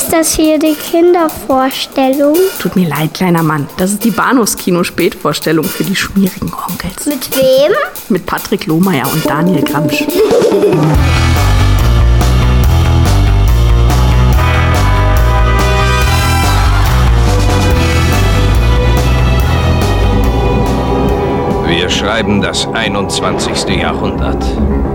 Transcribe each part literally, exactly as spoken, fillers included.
Ist das hier die Kindervorstellung? Tut mir leid, kleiner Mann. Das ist die Bahnhofskino-Spätvorstellung für die schmierigen Onkels. Mit wem? Mit Patrick Lohmeier und Daniel Gramsch. Wir schreiben das einundzwanzigste Jahrhundert.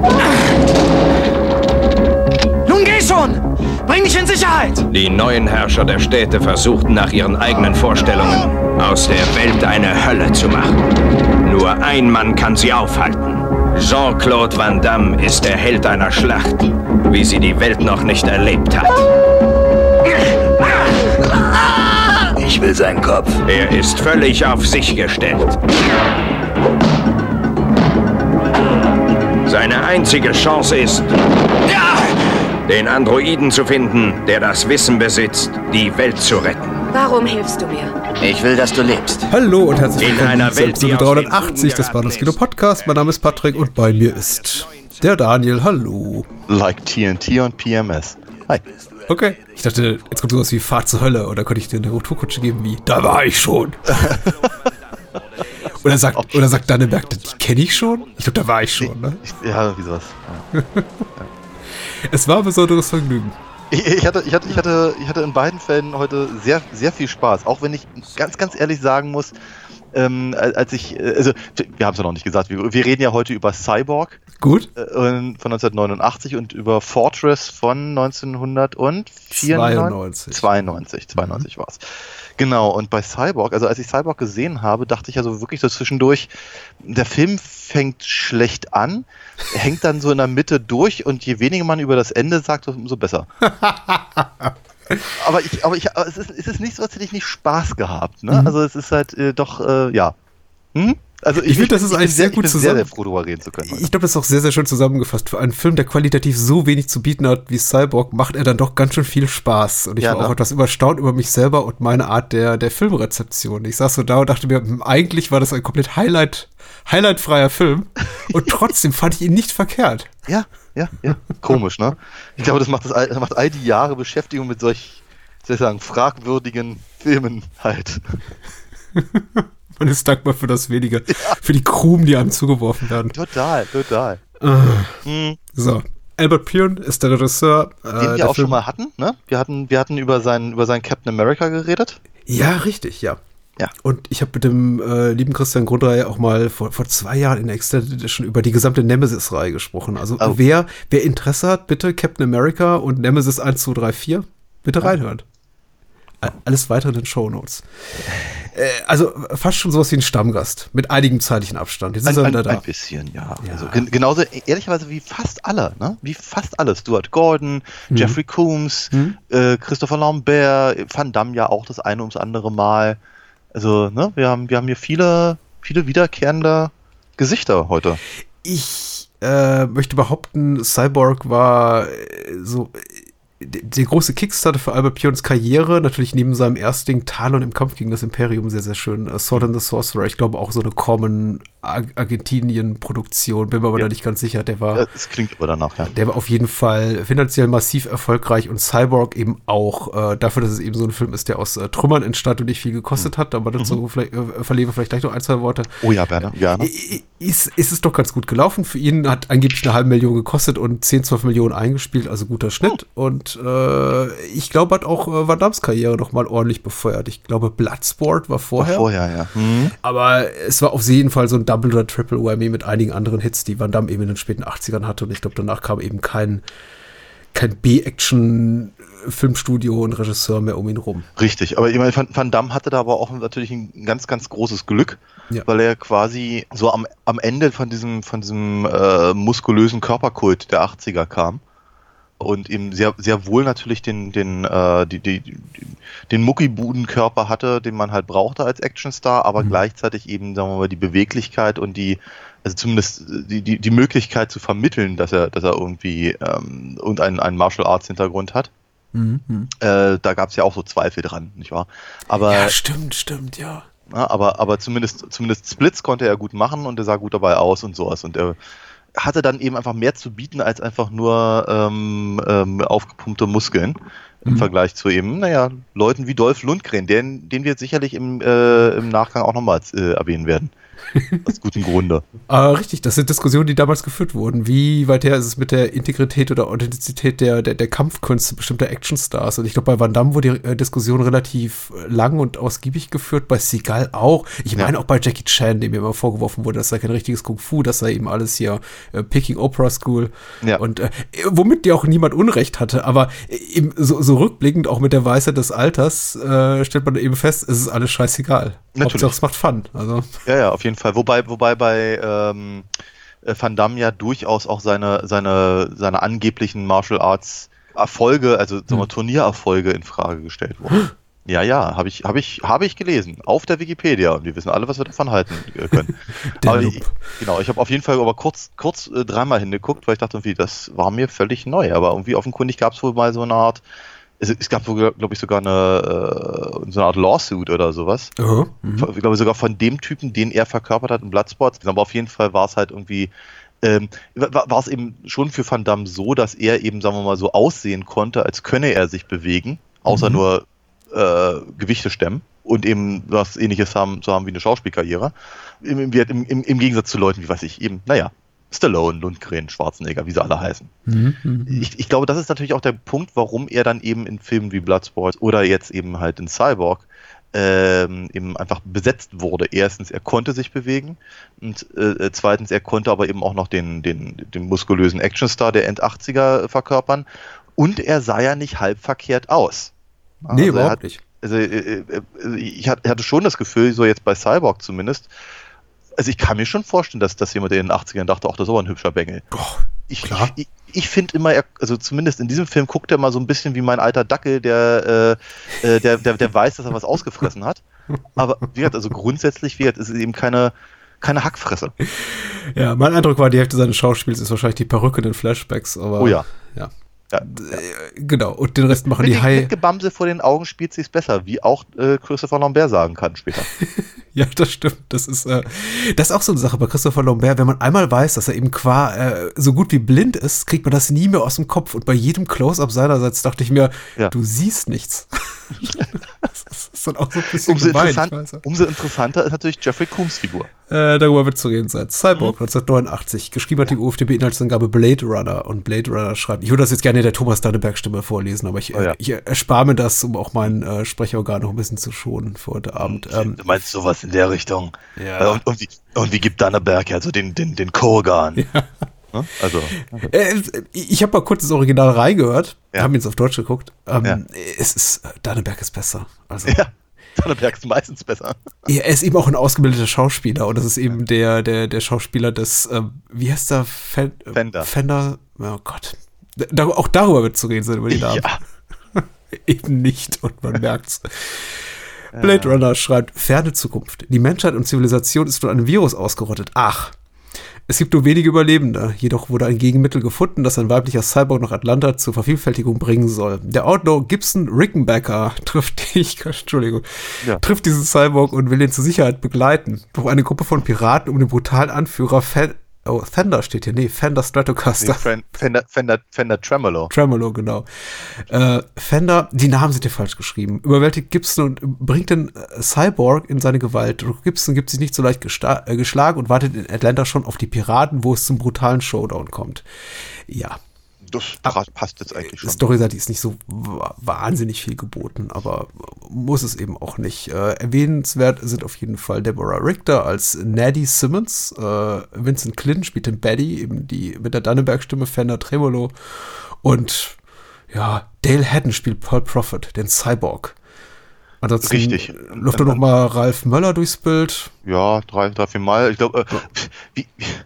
Nun geh schon! Bring dich in Sicherheit! Die neuen Herrscher der Städte versuchten nach ihren eigenen Vorstellungen, aus der Welt eine Hölle zu machen. Nur ein Mann kann sie aufhalten. Jean-Claude Van Damme ist der Held einer Schlacht, wie sie die Welt noch nicht erlebt hat. Ich will seinen Kopf. Er ist völlig auf sich gestellt. Seine einzige Chance ist, den Androiden zu finden, der das Wissen besitzt, die Welt zu retten. Warum hilfst du mir? Ich will, dass du lebst. Hallo und herzlich In willkommen einer zu Welt, Episode die aus dreihundertachtzig den des Fugen Bahnhofskino geraten Podcast. Mein Name ist Patrick und bei mir ist der Daniel. Hallo. Like T N T und P M S. Hi. Okay. Ich dachte, jetzt kommt sowas wie Fahrt zur Hölle oder könnte ich dir eine Retourkutsche geben wie, da war ich schon. Oder sagt, oder sagt Danneberg, die kenne ich schon? Ich glaube, da war ich schon, ne? Ja, wie sowas. Ja. Es war ein besonderes Vergnügen. Ich, ich, hatte, ich, hatte, ich, hatte, ich hatte in beiden Fällen heute sehr, sehr viel Spaß. Auch wenn ich ganz, ganz ehrlich sagen muss, ähm, als ich, also wir haben es ja noch nicht gesagt, wir, wir reden ja heute über Cyborg. Gut. Äh, von neunzehnhundertneunundachtzig und über Fortress von neunzehnhundertvierundneunzig. zweiundneunzig, zweiundneunzig mhm. war es. Genau, und bei Cyborg, also als ich Cyborg gesehen habe, dachte ich also wirklich so zwischendurch, der Film fängt schlecht an, hängt dann so in der Mitte durch und je weniger man über das Ende sagt, umso besser. aber ich, aber ich, aber es ist, es ist nicht so, als hätte ich nicht Spaß gehabt, ne? Mhm. Also es ist halt äh, doch, äh, ja. Hm? Also ich, ich finde, das ist eigentlich sehr, sehr gut ich bin zusammen. sehr, sehr froh, darüber reden zu können. Heute. Ich glaube, das ist auch sehr, sehr schön zusammengefasst. Für einen Film, der qualitativ so wenig zu bieten hat wie Cyborg, macht er dann doch ganz schön viel Spaß. Und ich ja, war ne? auch etwas überstaunt über mich selber und meine Art der, der Filmrezeption. Ich saß so da und dachte mir, eigentlich war das ein komplett Highlight, highlightfreier Film. Und trotzdem fand ich ihn nicht verkehrt. Ja, ja, ja. Komisch, ne? Ich glaube, das macht, das, das macht all die Jahre Beschäftigung mit solch, soll ich sagen, fragwürdigen Filmen halt. Man ist dankbar für das Wenige, ja. Für die Krumen, die einem zugeworfen werden. Total, total. Äh. Hm. So, Albert Pyun ist der Regisseur. Den äh, wir auch Film. schon mal hatten, ne? Wir hatten, wir hatten über seinen, über seinen Captain America geredet. Ja, richtig, ja. Ja. Und ich habe mit dem äh, lieben Christian Grundrei auch mal vor, vor zwei Jahren in der Extended Edition über die gesamte Nemesis-Reihe gesprochen. Also oh. wer, wer Interesse hat, bitte Captain America und Nemesis eins, zwei, drei, vier, bitte reinhören. Alles weitere in den Shownotes. Äh, also fast schon sowas wie ein Stammgast, mit einigem zeitlichen Abstand. Jetzt ist ein, er wieder ein, da. Ein bisschen, ja. ja. Also, gen- genauso, ehrlicherweise wie fast alle, ne? Wie fast alle. Stuart Gordon, hm. Jeffrey Combs, hm. äh, Christopher Lambert, Van Damme ja auch das eine ums andere Mal. Also, ne, wir haben, wir haben hier viele, viele wiederkehrende Gesichter heute. Ich äh, möchte behaupten, Cyborg war äh, so der große Kickstarter für Albert Pyuns Karriere, natürlich neben seinem ersten Talon im Kampf gegen das Imperium sehr, sehr schön. Uh, Sword and the Sorcerer, ich glaube auch so eine Common Argentinien-Produktion, bin mir aber ja. da nicht ganz sicher. Der war, das klingt aber danach, ja. Der war auf jeden Fall finanziell massiv erfolgreich und Cyborg eben auch, äh, dafür, dass es eben so ein Film ist, der aus äh, Trümmern entstand und nicht viel gekostet mhm. hat, aber dazu mhm. vielleicht, äh, verlieren wir vielleicht gleich noch ein, zwei Worte. Oh ja, gerne, gerne. Ist, ist es doch ganz gut gelaufen. Für ihn hat angeblich eine halbe Million gekostet und zehn, zwölf Millionen eingespielt, also guter Schnitt. Oh. Und äh, ich glaube, hat auch äh, Van Dammes Karriere noch mal ordentlich befeuert. Ich glaube, Bloodsport war vorher. War vorher, ja. Mhm. Aber es war auf jeden Fall so ein Double oder Triple Whammy mit einigen anderen Hits, die Van Damme eben in den späten achtzigern hatte. Und ich glaube, danach kam eben kein, kein B-Action-Filmstudio und Regisseur mehr um ihn rum. Richtig, aber ich meine, Van, Van Damme hatte da aber auch natürlich ein ganz, ganz großes Glück, ja. weil er quasi so am, am Ende von diesem, von diesem äh, muskulösen Körperkult der achtziger kam. Und eben sehr, sehr wohl natürlich den, den, äh, die, die, den Muckibudenkörper hatte, den man halt brauchte als Actionstar, aber mhm. gleichzeitig eben, sagen wir mal, die Beweglichkeit und die, also zumindest die, die, die Möglichkeit zu vermitteln, dass er, dass er irgendwie ähm, und einen, einen Martial Arts Hintergrund hat. Mhm. Äh, da gab es ja auch so Zweifel dran, nicht wahr? Aber, ja, stimmt, stimmt, ja. Na, aber, aber zumindest, zumindest Splits konnte er gut machen und er sah gut dabei aus und sowas und er hatte dann eben einfach mehr zu bieten als einfach nur ähm, ähm, aufgepumpte Muskeln. im mhm. Vergleich zu eben, naja, Leuten wie Dolph Lundgren, den, den wir sicherlich im, äh, im Nachgang auch nochmal äh, erwähnen werden. Aus gutem Grunde. Ah, richtig, das sind Diskussionen, die damals geführt wurden. Wie weit her ist es mit der Integrität oder Authentizität der, der, der Kampfkünste bestimmter Actionstars? Und ich glaube, bei Van Damme wurde die äh, Diskussion relativ lang und ausgiebig geführt, bei Seagal auch. Ich meine ja. auch bei Jackie Chan, dem mir immer vorgeworfen wurde, das sei kein richtiges Kung-Fu, das sei eben alles hier äh, Peking Opera School. Ja. Und äh, womit ja auch niemand Unrecht hatte. Aber eben so, so rückblickend, auch mit der Weisheit des Alters, äh, stellt man eben fest, es ist alles scheißegal. Natürlich. Hauptsache, es macht Fun. Also. Ja, ja, auf jeden Fall. Wobei, wobei bei ähm, Van Damme ja durchaus auch seine, seine, seine angeblichen Martial Arts Erfolge, also sagen wir, hm. Turniererfolge in Frage gestellt wurden. Ja, ja, habe ich, habe ich, habe ich gelesen. Auf der Wikipedia. Und wir wissen alle, was wir davon halten können. aber ich, genau, ich habe auf jeden Fall aber kurz, kurz äh, dreimal hingeguckt, weil ich dachte irgendwie, das war mir völlig neu. Aber irgendwie offenkundig gab es wohl mal so eine Art, es, es gab, glaube ich, sogar eine, äh, so eine Art Lawsuit oder sowas. Uh-huh. Mhm. Ich glaube sogar von dem Typen, den er verkörpert hat in Bloodsport. Aber auf jeden Fall war es halt irgendwie, ähm, war, war es eben schon für Van Damme so, dass er eben, sagen wir mal, so aussehen konnte, als könne er sich bewegen, außer mhm. nur äh, Gewichte stemmen und eben was Ähnliches haben, so haben wie eine Schauspielkarriere. Im, im, im, Im Gegensatz zu Leuten wie, weiß ich, eben, naja, Stallone, Lundgren, Schwarzenegger, wie sie alle heißen. Mhm, ich, ich glaube, das ist natürlich auch der Punkt, warum er dann eben in Filmen wie Bloodsport oder jetzt eben halt in Cyborg ähm, eben einfach besetzt wurde. Erstens, er konnte sich bewegen und äh, zweitens, er konnte aber eben auch noch den, den, den muskulösen Actionstar der End-achtziger verkörpern und er sah ja nicht halb verkehrt aus. Nee, also überhaupt hat, nicht. Also äh, äh, ich hatte schon das Gefühl, so jetzt bei Cyborg zumindest, also ich kann mir schon vorstellen, dass, dass jemand in den achtzigern dachte, ach, das ist aber ein hübscher Bengel. Oh, ich klar. ich, ich finde immer, er, also zumindest in diesem Film guckt er mal so ein bisschen wie mein alter Dackel, der, äh, der, der, der weiß, dass er was ausgefressen hat. Aber wie gesagt, also grundsätzlich wie gesagt, ist es eben keine, keine Hackfresse. Ja, mein Eindruck war, die Hälfte seines Schauspiels ist wahrscheinlich die Perücke in den Flashbacks. Aber, oh ja. Ja. Ja, ja. Genau, und den Rest machen mit die High. Mit Gebamse vor den Augen spielt sich's besser, wie auch äh, Christopher Lambert sagen kann später. Ja, das stimmt. Das ist, äh, das ist auch so eine Sache bei Christopher Lambert. Wenn man einmal weiß, dass er eben qua äh, so gut wie blind ist, kriegt man das nie mehr aus dem Kopf. Und bei jedem Close-Up seinerseits dachte ich mir, ja. du siehst nichts. Das ist dann auch so ein bisschen umso, gemein, interessant, umso interessanter ist natürlich Jeffrey Combs Figur. Äh, darüber wird zu reden sein. Cyborg mhm. neunzehnhundertneunundachtzig. Geschrieben hat die U F D-Beinhaltsangabe Blade Runner. Und Blade Runner schreibt, ich würde das jetzt gerne in der Thomas Danneberg-Stimme vorlesen, aber ich, oh ja. äh, ich erspare mir das, um auch mein äh, Sprecherorgan noch ein bisschen zu schonen für heute Abend. Ähm, du meinst sowas in der Richtung? Ja. Und, und, wie, und wie gibt Danneberg ja so den, den, den Co-Organ? Ja. Also. Okay. Äh, ich habe mal kurz das Original reingehört, ja. haben jetzt auf Deutsch geguckt. Ähm, ja. Es ist, Danneberg ist besser. Also. Ja. Danneberg ist meistens besser. Ja, er ist eben auch ein ausgebildeter Schauspieler und das ist eben der, der, der Schauspieler des, äh, wie heißt der? Fen- Fender. Fender, oh Gott. Da, auch darüber wird zu reden sein, über die Namen. Ja. Eben nicht und man merkt's. Blade Runner schreibt, ferne Zukunft. Die Menschheit und Zivilisation ist von einem Virus ausgerottet. Ach. Es gibt nur wenige Überlebende, jedoch wurde ein Gegenmittel gefunden, das ein weiblicher Cyborg nach Atlanta zur Vervielfältigung bringen soll. Der Outlaw Gibson Rickenbacker trifft, ich, Entschuldigung, ja. trifft diesen Cyborg und will ihn zur Sicherheit begleiten. Doch eine Gruppe von Piraten um den brutalen Anführer Fe- oh, Fender steht hier, nee, Fender Stratocaster. Nee, Fender, Fender, Fender Tremolo. Tremolo, genau. Äh, Fender, die Namen sind hier falsch geschrieben. Überwältigt Gibson und bringt den äh, Cyborg in seine Gewalt. Doch Gibson gibt sich nicht so leicht gesta- äh, geschlagen und wartet in Atlanta schon auf die Piraten, wo es zum brutalen Showdown kommt. Ja. Das passt jetzt eigentlich schon. Storyseitig ist nicht so w- wahnsinnig viel geboten, aber muss es eben auch nicht. Äh, erwähnenswert sind auf jeden Fall Deborah Richter als Nadie Simmons, äh, Vincent Klin spielt den Betty, eben die mit der Danneberg-Stimme Fender Tremolo und ja, Dale Haddon spielt Paul Prophet, den Cyborg. Ansonsten Richtig. läuft da noch mal Ralf Möller durchs Bild. Ja, drei, drei, vier Mal. Ich glaube, äh, wie,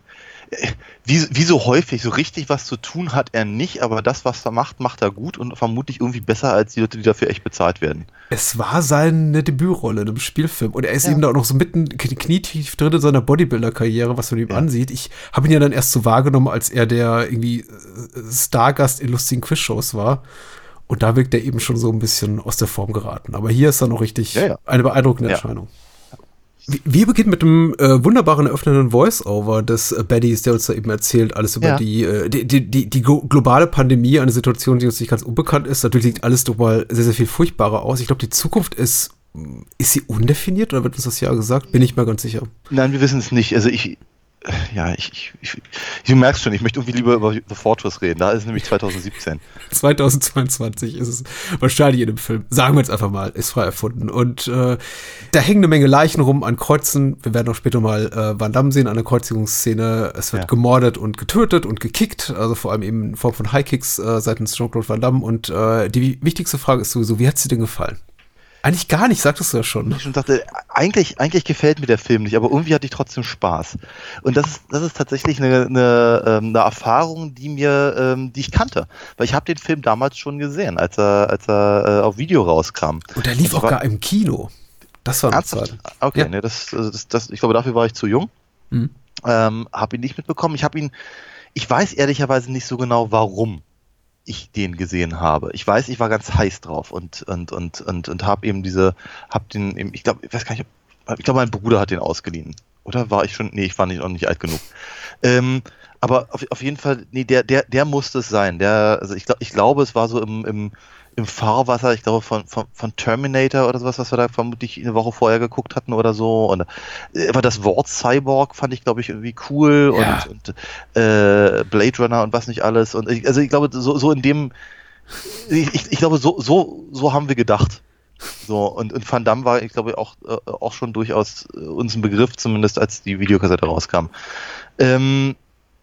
wie, wie so häufig, so richtig was zu tun hat er nicht, aber das, was er macht, macht er gut und vermutlich irgendwie besser als die Leute, die dafür echt bezahlt werden. Es war seine Debütrolle in einem Spielfilm und er ist ja. eben da auch noch so mitten knietief drin in seiner Bodybuilder-Karriere, was man ihm ja. ansieht. Ich habe ihn ja dann erst so wahrgenommen, als er der irgendwie Stargast in lustigen Quizshows war. Und da wirkt er eben schon so ein bisschen aus der Form geraten. Aber hier ist er noch richtig ja, ja. eine beeindruckende ja. Erscheinung. Wir beginnen mit einem äh, wunderbaren eröffnenden Voice-Over des äh, Baddies, der uns da eben erzählt, alles über ja. die, äh, die, die, die, die globale Pandemie, eine Situation, die uns nicht ganz unbekannt ist. Natürlich sieht alles doch mal sehr, sehr viel furchtbarer aus. Ich glaube, die Zukunft ist, ist sie undefiniert oder wird uns das ja gesagt? Bin ich mir ganz sicher. Nein, wir wissen es nicht. Also ich, ja, ich, ich, ich, du merkst schon, ich möchte irgendwie lieber über The Fortress reden. Da ist es nämlich zwanzig siebzehn. zwanzig zweiundzwanzig ist es wahrscheinlich in dem Film. Sagen wir jetzt einfach mal, ist frei erfunden. Und äh, da hängen eine Menge Leichen rum an Kreuzen. Wir werden auch später mal äh, Van Damme sehen, eine Kreuzigungsszene. Es wird ja. gemordet und getötet und gekickt. Also vor allem eben in Form von High-Kicks äh, seitens Jean-Claude Van Damme. Und äh, die wichtigste Frage ist sowieso, wie hat es dir denn gefallen? Eigentlich gar nicht, sagtest du ja schon. Ich schon dachte, eigentlich, eigentlich gefällt mir der Film nicht, aber irgendwie hatte ich trotzdem Spaß. Und das ist, das ist tatsächlich eine, eine, eine Erfahrung, die mir, ähm, die ich kannte. Weil ich habe den Film damals schon gesehen, als er, als er äh, auf Video rauskam. Und der lief auch war, gar im Kino. Das war eine Zeit. Okay, ja. ne, das, das, das, ich glaube, dafür war ich zu jung. Mhm. Ähm, habe ihn nicht mitbekommen. Ich habe ihn, ich weiß ehrlicherweise nicht so genau, warum ich den gesehen habe. Ich weiß, ich war ganz heiß drauf und und und und und habe eben diese, hab den, eben, ich glaube, ich weiß gar nicht, ich glaube, mein Bruder hat den ausgeliehen. Oder war ich schon? Nee, ich war nicht noch nicht alt genug. Ähm, aber auf, auf jeden Fall, nee, der der der musste es sein. Der, also ich glaube, ich glaube, es war so im im im Fahrwasser, ich glaube von, von, von Terminator oder sowas, was wir da vermutlich eine Woche vorher geguckt hatten oder so. Und äh, aber das Wort Cyborg fand ich, glaube ich, irgendwie cool ja. und, und äh, Blade Runner und was nicht alles. Und ich, also ich glaube, so, so in dem, ich, ich, ich glaube, so, so, so haben wir gedacht. So, und, und Van Damme war, ich glaube, auch, äh, auch schon durchaus äh, uns ein Begriff, zumindest als die Videokassette rauskam. Ähm,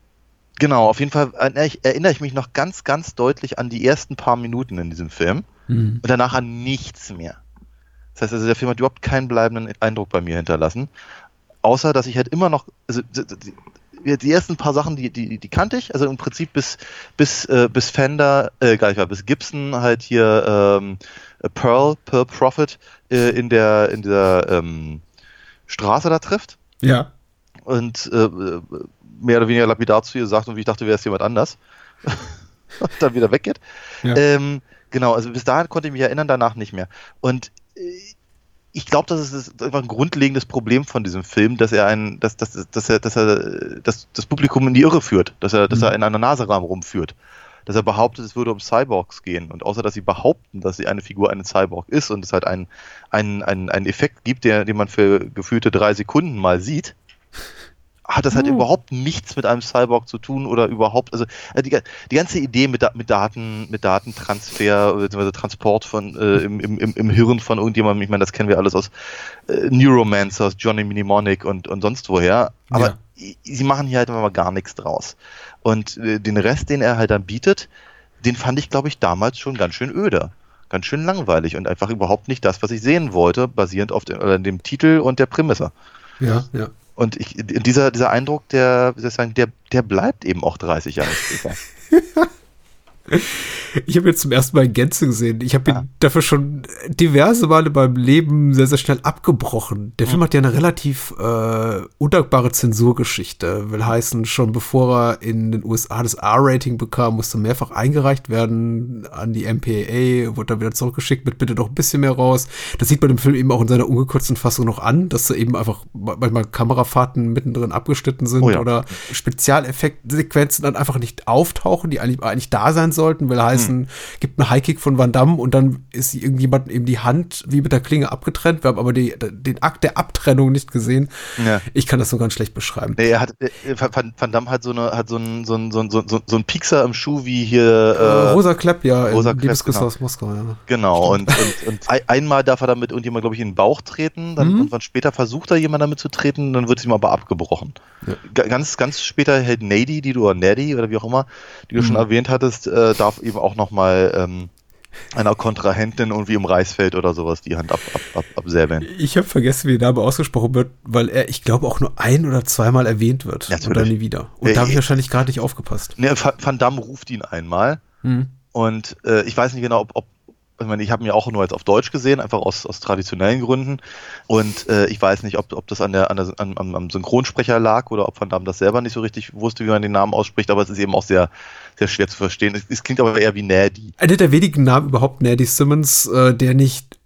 Genau, auf jeden Fall erinnere ich, erinnere ich mich noch ganz, ganz deutlich an die ersten paar Minuten in diesem Film mhm. und danach an nichts mehr. Das heißt also, der Film hat überhaupt keinen bleibenden Eindruck bei mir hinterlassen, außer dass ich halt immer noch, also die, die ersten paar Sachen, die, die, die kannte ich, also im Prinzip bis, bis, äh, bis Fender, äh, gar nicht, bis Gibson halt hier ähm, Pearl, Pearl Prophet äh, in der, in der ähm, Straße da trifft. Ja. Und äh, mehr oder weniger lapidar zu ihr sagt und wie ich dachte, wäre es jemand anders. Und dann wieder weggeht. Ja. Ähm, genau, also bis dahin konnte ich mich erinnern, danach nicht mehr. Und äh, ich glaube, das ist einfach ein grundlegendes Problem von diesem Film, dass er ein, dass, dass, dass er, dass er dass das Publikum in die Irre führt, dass er, dass mhm. er in einer Naserahmen rumführt. Dass er behauptet, es würde um Cyborgs gehen. Und außer dass sie behaupten, dass sie eine Figur eine Cyborg ist und es halt einen, einen, einen, einen Effekt gibt, der, den man für gefühlte drei Sekunden mal sieht, hat das halt uh. überhaupt nichts mit einem Cyborg zu tun oder überhaupt, also die, die ganze Idee mit, mit Daten, mit Datentransfer bzw. Transport von äh, im, im, im Hirn von irgendjemandem, ich meine, das kennen wir alles aus äh, Neuromancers, Johnny Mnemonic und, und sonst woher, aber ja. sie machen hier halt immer mal gar nichts draus. Und äh, den Rest, den er halt dann bietet, den fand ich, glaube ich, damals schon ganz schön öde. Ganz schön langweilig und einfach überhaupt nicht das, was ich sehen wollte, basierend auf dem, oder dem Titel und der Prämisse. Ja, ja. Und ich, dieser, dieser Eindruck, der, wie soll ich sagen, der, der bleibt eben auch dreißig Jahre später. Ich habe ihn zum ersten Mal in Gänze gesehen. Ich habe ihn ja. dafür schon diverse Male in meinem Leben sehr, sehr schnell abgebrochen. Der mhm. Film hat ja eine relativ äh, undankbare Zensurgeschichte. Will heißen, schon bevor er in den U S A das R-Rating bekam, musste mehrfach eingereicht werden an die M P A A, wurde dann wieder zurückgeschickt mit bitte doch ein bisschen mehr raus. Das sieht man im Film eben auch in seiner ungekürzten Fassung noch an, dass da eben einfach manchmal Kamerafahrten mittendrin abgeschnitten sind oh ja. oder Spezialeffektsequenzen dann einfach nicht auftauchen, die eigentlich, eigentlich da sein sollten. Will heißen, hm. gibt einen Highkick von Van Damme und dann ist irgendjemand eben die Hand wie mit der Klinge abgetrennt. Wir haben aber die, den Akt der Abtrennung nicht gesehen. Ja. Ich kann das so ganz schlecht beschreiben. Nee, er hat, Van, Van Damme hat so eine, hat so einen so ein, so ein, so ein, so ein Piekser im Schuh wie hier äh, Rosa Klepp, ja, Rosa in Liebeskuss genau. aus Moskau, ja. Genau, und, und, und einmal darf er damit irgendjemand, glaube ich, in den Bauch treten, dann mhm. und später versucht er jemand damit zu treten, dann wird es ihm aber abgebrochen. Ja. Ganz, ganz später hält Nady, die du, oder Neddy, oder wie auch immer, die du mhm. schon erwähnt hattest, äh, darf eben auch nochmal ähm, einer Kontrahentin irgendwie im Reisfeld oder sowas die Hand ab, ab, ab, absäbeln. Ich habe vergessen, wie der Name ausgesprochen wird, weil er, ich glaube, auch nur ein- oder zweimal erwähnt wird. Natürlich. Und dann nie wieder. Und äh, da habe ich wahrscheinlich gerade nicht aufgepasst. Ne, Van Damme ruft ihn einmal hm. und äh, ich weiß nicht genau, ob, ob ich meine, ich habe ihn ja auch nur jetzt auf Deutsch gesehen, einfach aus, aus traditionellen Gründen. Und äh, ich weiß nicht, ob, ob das an der, an der, an, am Synchronsprecher lag oder ob Van Damme das selber nicht so richtig wusste, wie man den Namen ausspricht, aber es ist eben auch sehr, sehr schwer zu verstehen. Es, es klingt aber eher wie Neddy. Einer der wenigen Namen überhaupt, Neddy Simmons, äh, der nicht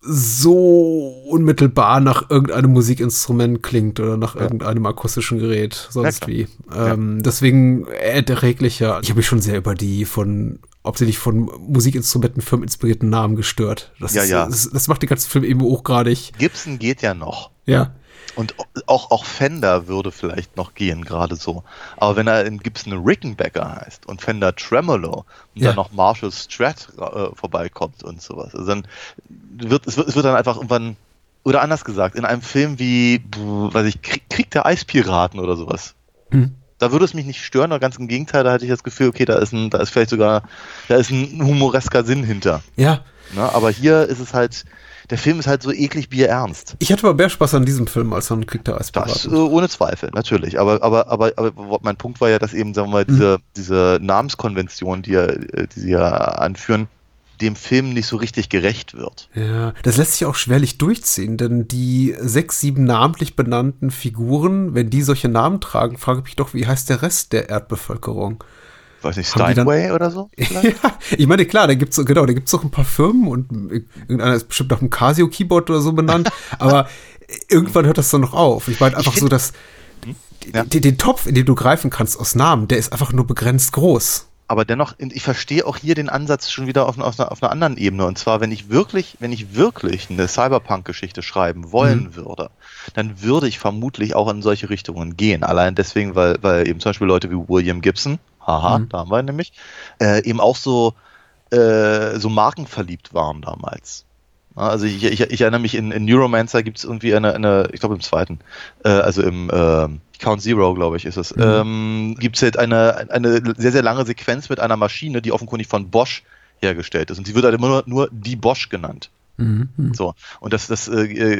so unmittelbar nach irgendeinem Musikinstrument klingt oder nach ja. irgendeinem akustischen Gerät, sonst ja, wie. Ähm, ja. Deswegen erträglicher. Ich habe mich schon sehr über die von hauptsächlich von Musikinstrumenten, firmeninspirierten Namen gestört. Das, ja, ist, ja. Das, das macht den ganzen Film eben hochgradig. Gibson geht ja noch. Ja. Und auch, auch Fender würde vielleicht noch gehen, gerade so. Aber wenn er in Gibson Rickenbacker heißt und Fender Tremolo und ja. dann noch Marshall Strat äh, vorbeikommt und sowas, also dann wird es, wird es wird dann einfach irgendwann, oder anders gesagt, in einem Film wie, weiß ich, Krieg, Krieg der Eispiraten oder sowas, hm. da würde es mich nicht stören, oder ganz im Gegenteil, da hatte ich das Gefühl, okay, da ist ein, da ist vielleicht sogar, da ist ein humoresker Sinn hinter. Ja. Na, aber hier ist es halt, der Film ist halt so eklig bierernst. Ich hatte aber mehr Spaß an diesem Film als an Krieg der Eispiraten. Das, äh, ohne Zweifel, natürlich. Aber, aber, aber, aber mein Punkt war ja, dass eben, sagen wir mal, diese, mhm. diese Namenskonvention, die, die sie ja anführen, dem Film nicht so richtig gerecht wird. Ja, das lässt sich auch schwerlich durchziehen, denn die sechs, sieben namentlich benannten Figuren, wenn die solche Namen tragen, frage ich mich doch, wie heißt der Rest der Erdbevölkerung? Weiß nicht, Steinway oder so? Ja, ich meine, klar, da gibt's so, genau, da gibt's auch ein paar Firmen und irgendeiner ist bestimmt nach einem Casio-Keyboard oder so benannt, aber irgendwann hört das dann noch auf. Ich meine einfach ich so, dass ja. den, den Topf, in den du greifen kannst aus Namen, der ist einfach nur begrenzt groß. Aber dennoch, ich verstehe auch hier den Ansatz schon wieder auf, auf, einer, auf einer anderen Ebene. Und zwar, wenn ich wirklich, wenn ich wirklich eine Cyberpunk-Geschichte schreiben wollen mhm. würde, dann würde ich vermutlich auch in solche Richtungen gehen. Allein deswegen, weil, weil eben zum Beispiel Leute wie William Gibson, haha, mhm. da haben wir ihn nämlich, äh, eben auch so, äh, so markenverliebt waren damals. Also ich, ich, ich erinnere mich, in, in Neuromancer gibt es irgendwie eine, eine, ich glaube im zweiten, äh, also im äh, Count Zero, glaube ich, ist es, mhm. ähm, gibt es halt eine, eine sehr, sehr lange Sequenz mit einer Maschine, die offenkundig von Bosch hergestellt ist. Und sie wird halt immer nur, nur die Bosch genannt. Mhm. So. Und das, das,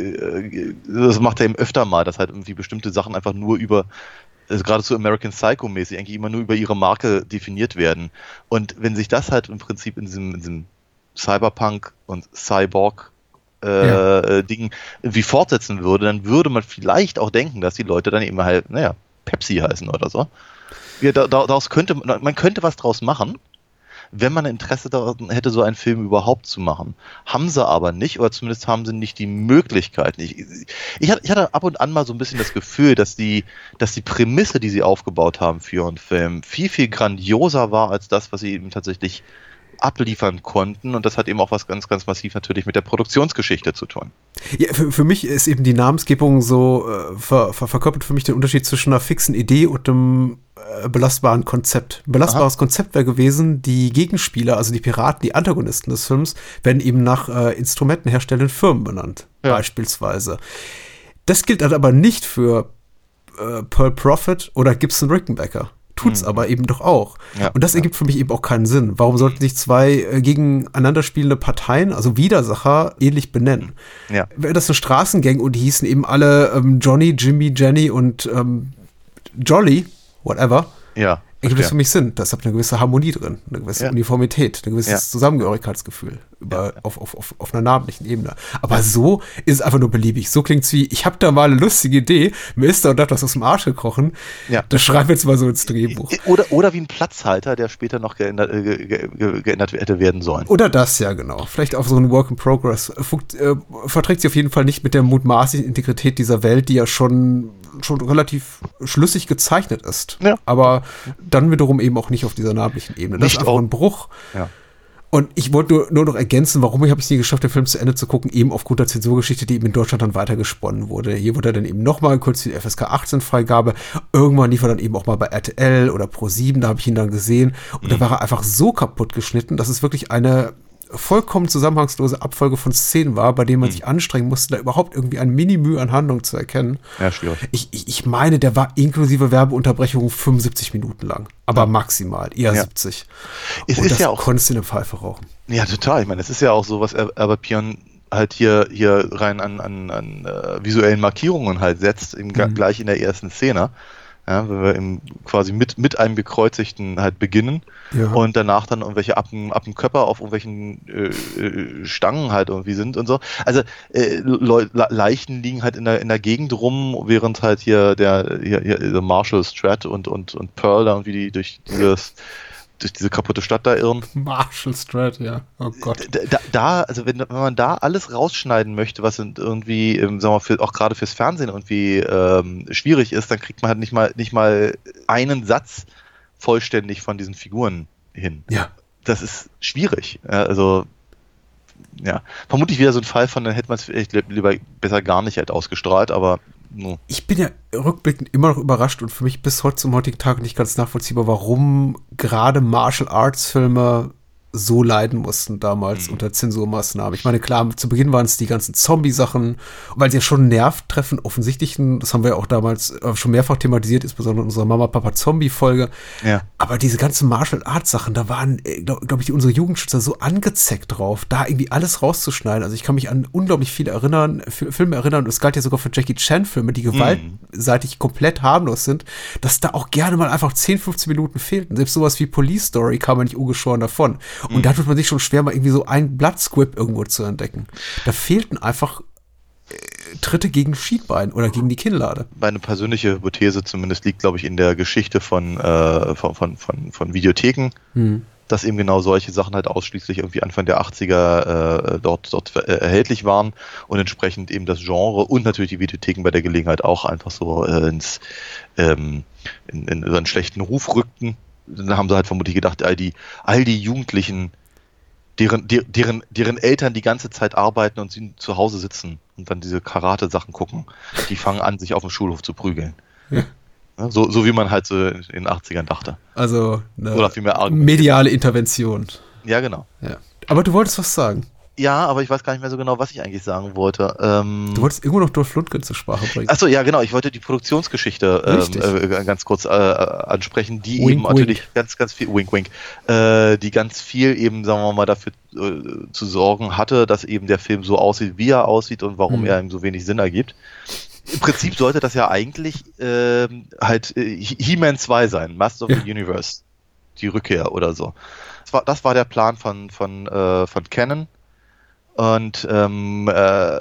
äh, das macht er eben öfter mal, dass halt irgendwie bestimmte Sachen einfach nur über, also gerade so American Psycho-mäßig, eigentlich immer nur über ihre Marke definiert werden. Und wenn sich das halt im Prinzip in diesem, in diesem Cyberpunk und Cyborg äh, ja. Ding irgendwie fortsetzen würde, dann würde man vielleicht auch denken, dass die Leute dann eben halt, naja, Pepsi heißen oder so. Ja, da, daraus könnte, man könnte was draus machen, wenn man Interesse daran hätte, so einen Film überhaupt zu machen. Haben sie aber nicht, oder zumindest haben sie nicht die Möglichkeit. Ich, ich, hatte, ich hatte ab und an mal so ein bisschen das Gefühl, dass die, dass die Prämisse, die sie aufgebaut haben für ihren Film, viel, viel grandioser war als das, was sie eben tatsächlich abliefern konnten, und das hat eben auch was ganz, ganz massiv natürlich mit der Produktionsgeschichte zu tun. Ja, für, für mich ist eben die Namensgebung so, äh, ver, ver, verkörpert für mich den Unterschied zwischen einer fixen Idee und einem äh, belastbaren Konzept. Ein belastbares Aha. Konzept wäre gewesen, die Gegenspieler, also die Piraten, die Antagonisten des Films, werden eben nach äh, instrumentenherstellenden Firmen benannt, ja. beispielsweise. Das gilt halt aber nicht für äh, Pearl Prophet oder Gibson Rickenbacker. Tut's mhm. aber eben doch auch. Ja, und das ergibt ja. für mich eben auch keinen Sinn. Warum sollten sich zwei äh, gegeneinander spielende Parteien, also Widersacher, ähnlich benennen? Ja. Wäre das eine Straßengang und die hießen eben alle ähm, Johnny, Jimmy, Jenny und ähm, Jolly, whatever. Ja. Ergibt das für mich Sinn. Das hat eine gewisse Harmonie drin, eine gewisse ja. Uniformität, ein gewisses ja. Zusammengehörigkeitsgefühl über, ja. auf, auf, auf, auf einer namentlichen Ebene. Aber ja. so ist es einfach nur beliebig. So klingt's wie, ich habe da mal eine lustige Idee, mir ist da und das aus dem Arsch gekrochen. Ja. Das schreiben wir jetzt mal so ins Drehbuch. Oder, oder wie ein Platzhalter, der später noch geändert, äh, ge, ge, geändert hätte werden sollen. Oder das, ja genau. Vielleicht auch so ein Work in Progress. Funkt, äh, verträgt sich auf jeden Fall nicht mit der mutmaßlichen Integrität dieser Welt, die ja schon, schon relativ schlüssig gezeichnet ist. Ja. Aber dann wiederum eben auch nicht auf dieser namentlichen Ebene. Das nicht ist einfach auch ein Bruch. Ja. Und ich wollte nur, nur noch ergänzen, warum ich habe es nie geschafft, den Film zu Ende zu gucken, eben aufgrund der Zensurgeschichte, die eben in Deutschland dann weitergesponnen wurde. Hier wurde er dann eben nochmal kurz die F S K achtzehn Freigabe. Irgendwann lief er dann eben auch mal bei R T L oder Pro sieben, da habe ich ihn dann gesehen. Und mhm. da war er einfach so kaputt geschnitten, dass es wirklich eine vollkommen zusammenhangslose Abfolge von Szenen war, bei denen man mhm. sich anstrengen musste, da überhaupt irgendwie ein Minimü an Handlung zu erkennen. Ja, schwierig. Ich, ich, ich meine, der war inklusive Werbeunterbrechung fünfundsiebzig Minuten lang. Aber ja. maximal, eher ja. siebzig. Es Und ist das ja auch, konntest du in eine Pfeife rauchen. Ja, total. Ich meine, es ist ja auch so, was Albert Pion halt hier, hier rein an, an, an uh, visuellen Markierungen halt setzt, eben mhm. gleich in der ersten Szene. Ja, wenn wir im, quasi mit, mit einem Gekreuzigten halt beginnen ja. und danach dann irgendwelche ab dem, ab dem Körper auf irgendwelchen äh, Stangen halt irgendwie sind und so. Also äh, Le- Leichen liegen halt in der, in der Gegend rum, während halt hier der hier, hier Marshall Strat und, und, und Pearl da irgendwie die, durch dieses durch diese kaputte Stadt da irren. Marshall Strat, ja. Oh Gott. Da, da also wenn, wenn man da alles rausschneiden möchte, was irgendwie, ähm, sagen wir, für, auch gerade fürs Fernsehen irgendwie ähm, schwierig ist, dann kriegt man halt nicht mal, nicht mal einen Satz vollständig von diesen Figuren hin. Ja. Das ist schwierig. Ja, also, ja. Vermutlich wieder so ein Fall von, dann hätte man es vielleicht lieber besser gar nicht halt ausgestrahlt, aber no. Ich bin ja rückblickend immer noch überrascht und für mich bis heute zum heutigen Tag nicht ganz nachvollziehbar, warum gerade Martial Arts Filme so leiden mussten damals mhm. unter Zensurmaßnahmen. Ich meine, klar, zu Beginn waren es die ganzen Zombie-Sachen, weil sie ja schon einen Nerv treffen, offensichtlichen, das haben wir ja auch damals äh, schon mehrfach thematisiert, insbesondere in unserer Mama-Papa-Zombie-Folge. Ja. Aber diese ganzen Martial-Arts-Sachen, da waren, äh, glaube glaub ich, unsere Jugendschützer so angezeckt drauf, da irgendwie alles rauszuschneiden. Also ich kann mich an unglaublich viele erinnern, F- Filme erinnern, und das galt ja sogar für Jackie Chan-Filme, die gewaltseitig mhm. komplett harmlos sind, dass da auch gerne mal einfach zehn, fünfzehn Minuten fehlten. Selbst sowas wie Police Story kam man nicht ungeschoren davon. Und mhm. da tut man sich schon schwer, mal irgendwie so ein Bloodsquib irgendwo zu entdecken. Da fehlten einfach äh, Tritte gegen Schienbein oder gegen die Kinnlade. Meine persönliche Hypothese zumindest liegt, glaube ich, in der Geschichte von, äh, von, von, von, von Videotheken, hm. dass eben genau solche Sachen halt ausschließlich irgendwie Anfang der achtziger äh, dort, dort äh, erhältlich waren und entsprechend eben das Genre und natürlich die Videotheken bei der Gelegenheit auch einfach so äh, ins, ähm, in, in so einen schlechten Ruf rückten. Dann haben sie halt vermutlich gedacht, all die, all die Jugendlichen, deren, deren, deren Eltern die ganze Zeit arbeiten und sie zu Hause sitzen und dann diese Karate-Sachen gucken, die fangen an, sich auf dem Schulhof zu prügeln. Ja. So, so wie man halt so in den achtzigern dachte. Also eine Oder vielmehr mediale Intervention. Ja, genau. Ja. Aber du wolltest was sagen. Ja, aber ich weiß gar nicht mehr so genau, was ich eigentlich sagen wollte. Ähm du wolltest irgendwo noch Dolph Lundgren zur Sprache bringen. Achso, ja genau, ich wollte die Produktionsgeschichte ähm, äh, ganz kurz äh, ansprechen, die wink, eben wink. natürlich ganz, ganz viel, wink, wink, äh, die ganz viel eben, sagen wir mal, dafür äh, zu sorgen hatte, dass eben der Film so aussieht, wie er aussieht und warum mhm. er ihm so wenig Sinn ergibt. Im Prinzip sollte das ja eigentlich äh, halt äh, He-Man zwei sein, Master of ja. the Universe, die Rückkehr oder so. Das war, das war der Plan von, von, äh, von Canon. Und ähm, äh,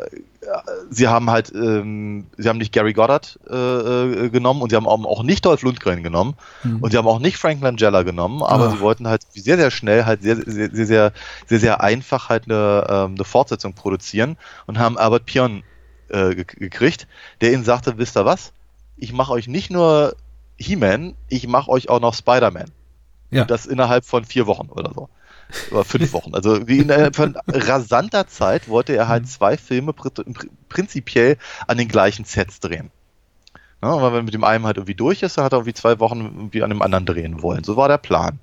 sie haben halt, ähm, sie haben nicht Gary Goddard äh, genommen und sie haben auch nicht Dolph Lundgren genommen mhm. und sie haben auch nicht Frank Langella genommen, aber oh. sie wollten halt sehr, sehr schnell halt sehr, sehr, sehr, sehr, sehr, sehr einfach halt eine, ähm, eine Fortsetzung produzieren und haben Albert Pion äh, gekriegt, der ihnen sagte, wisst ihr was, ich mache euch nicht nur He-Man, ich mache euch auch noch Spider-Man. Ja. Und das innerhalb von vier Wochen oder so. Oder fünf Wochen. Also innerhalb von rasanter Zeit wollte er halt zwei Filme pr- prinzipiell an den gleichen Sets drehen. Ja, und wenn man mit dem einen halt irgendwie durch ist, dann hat er irgendwie zwei Wochen irgendwie an dem anderen drehen wollen. So war der Plan.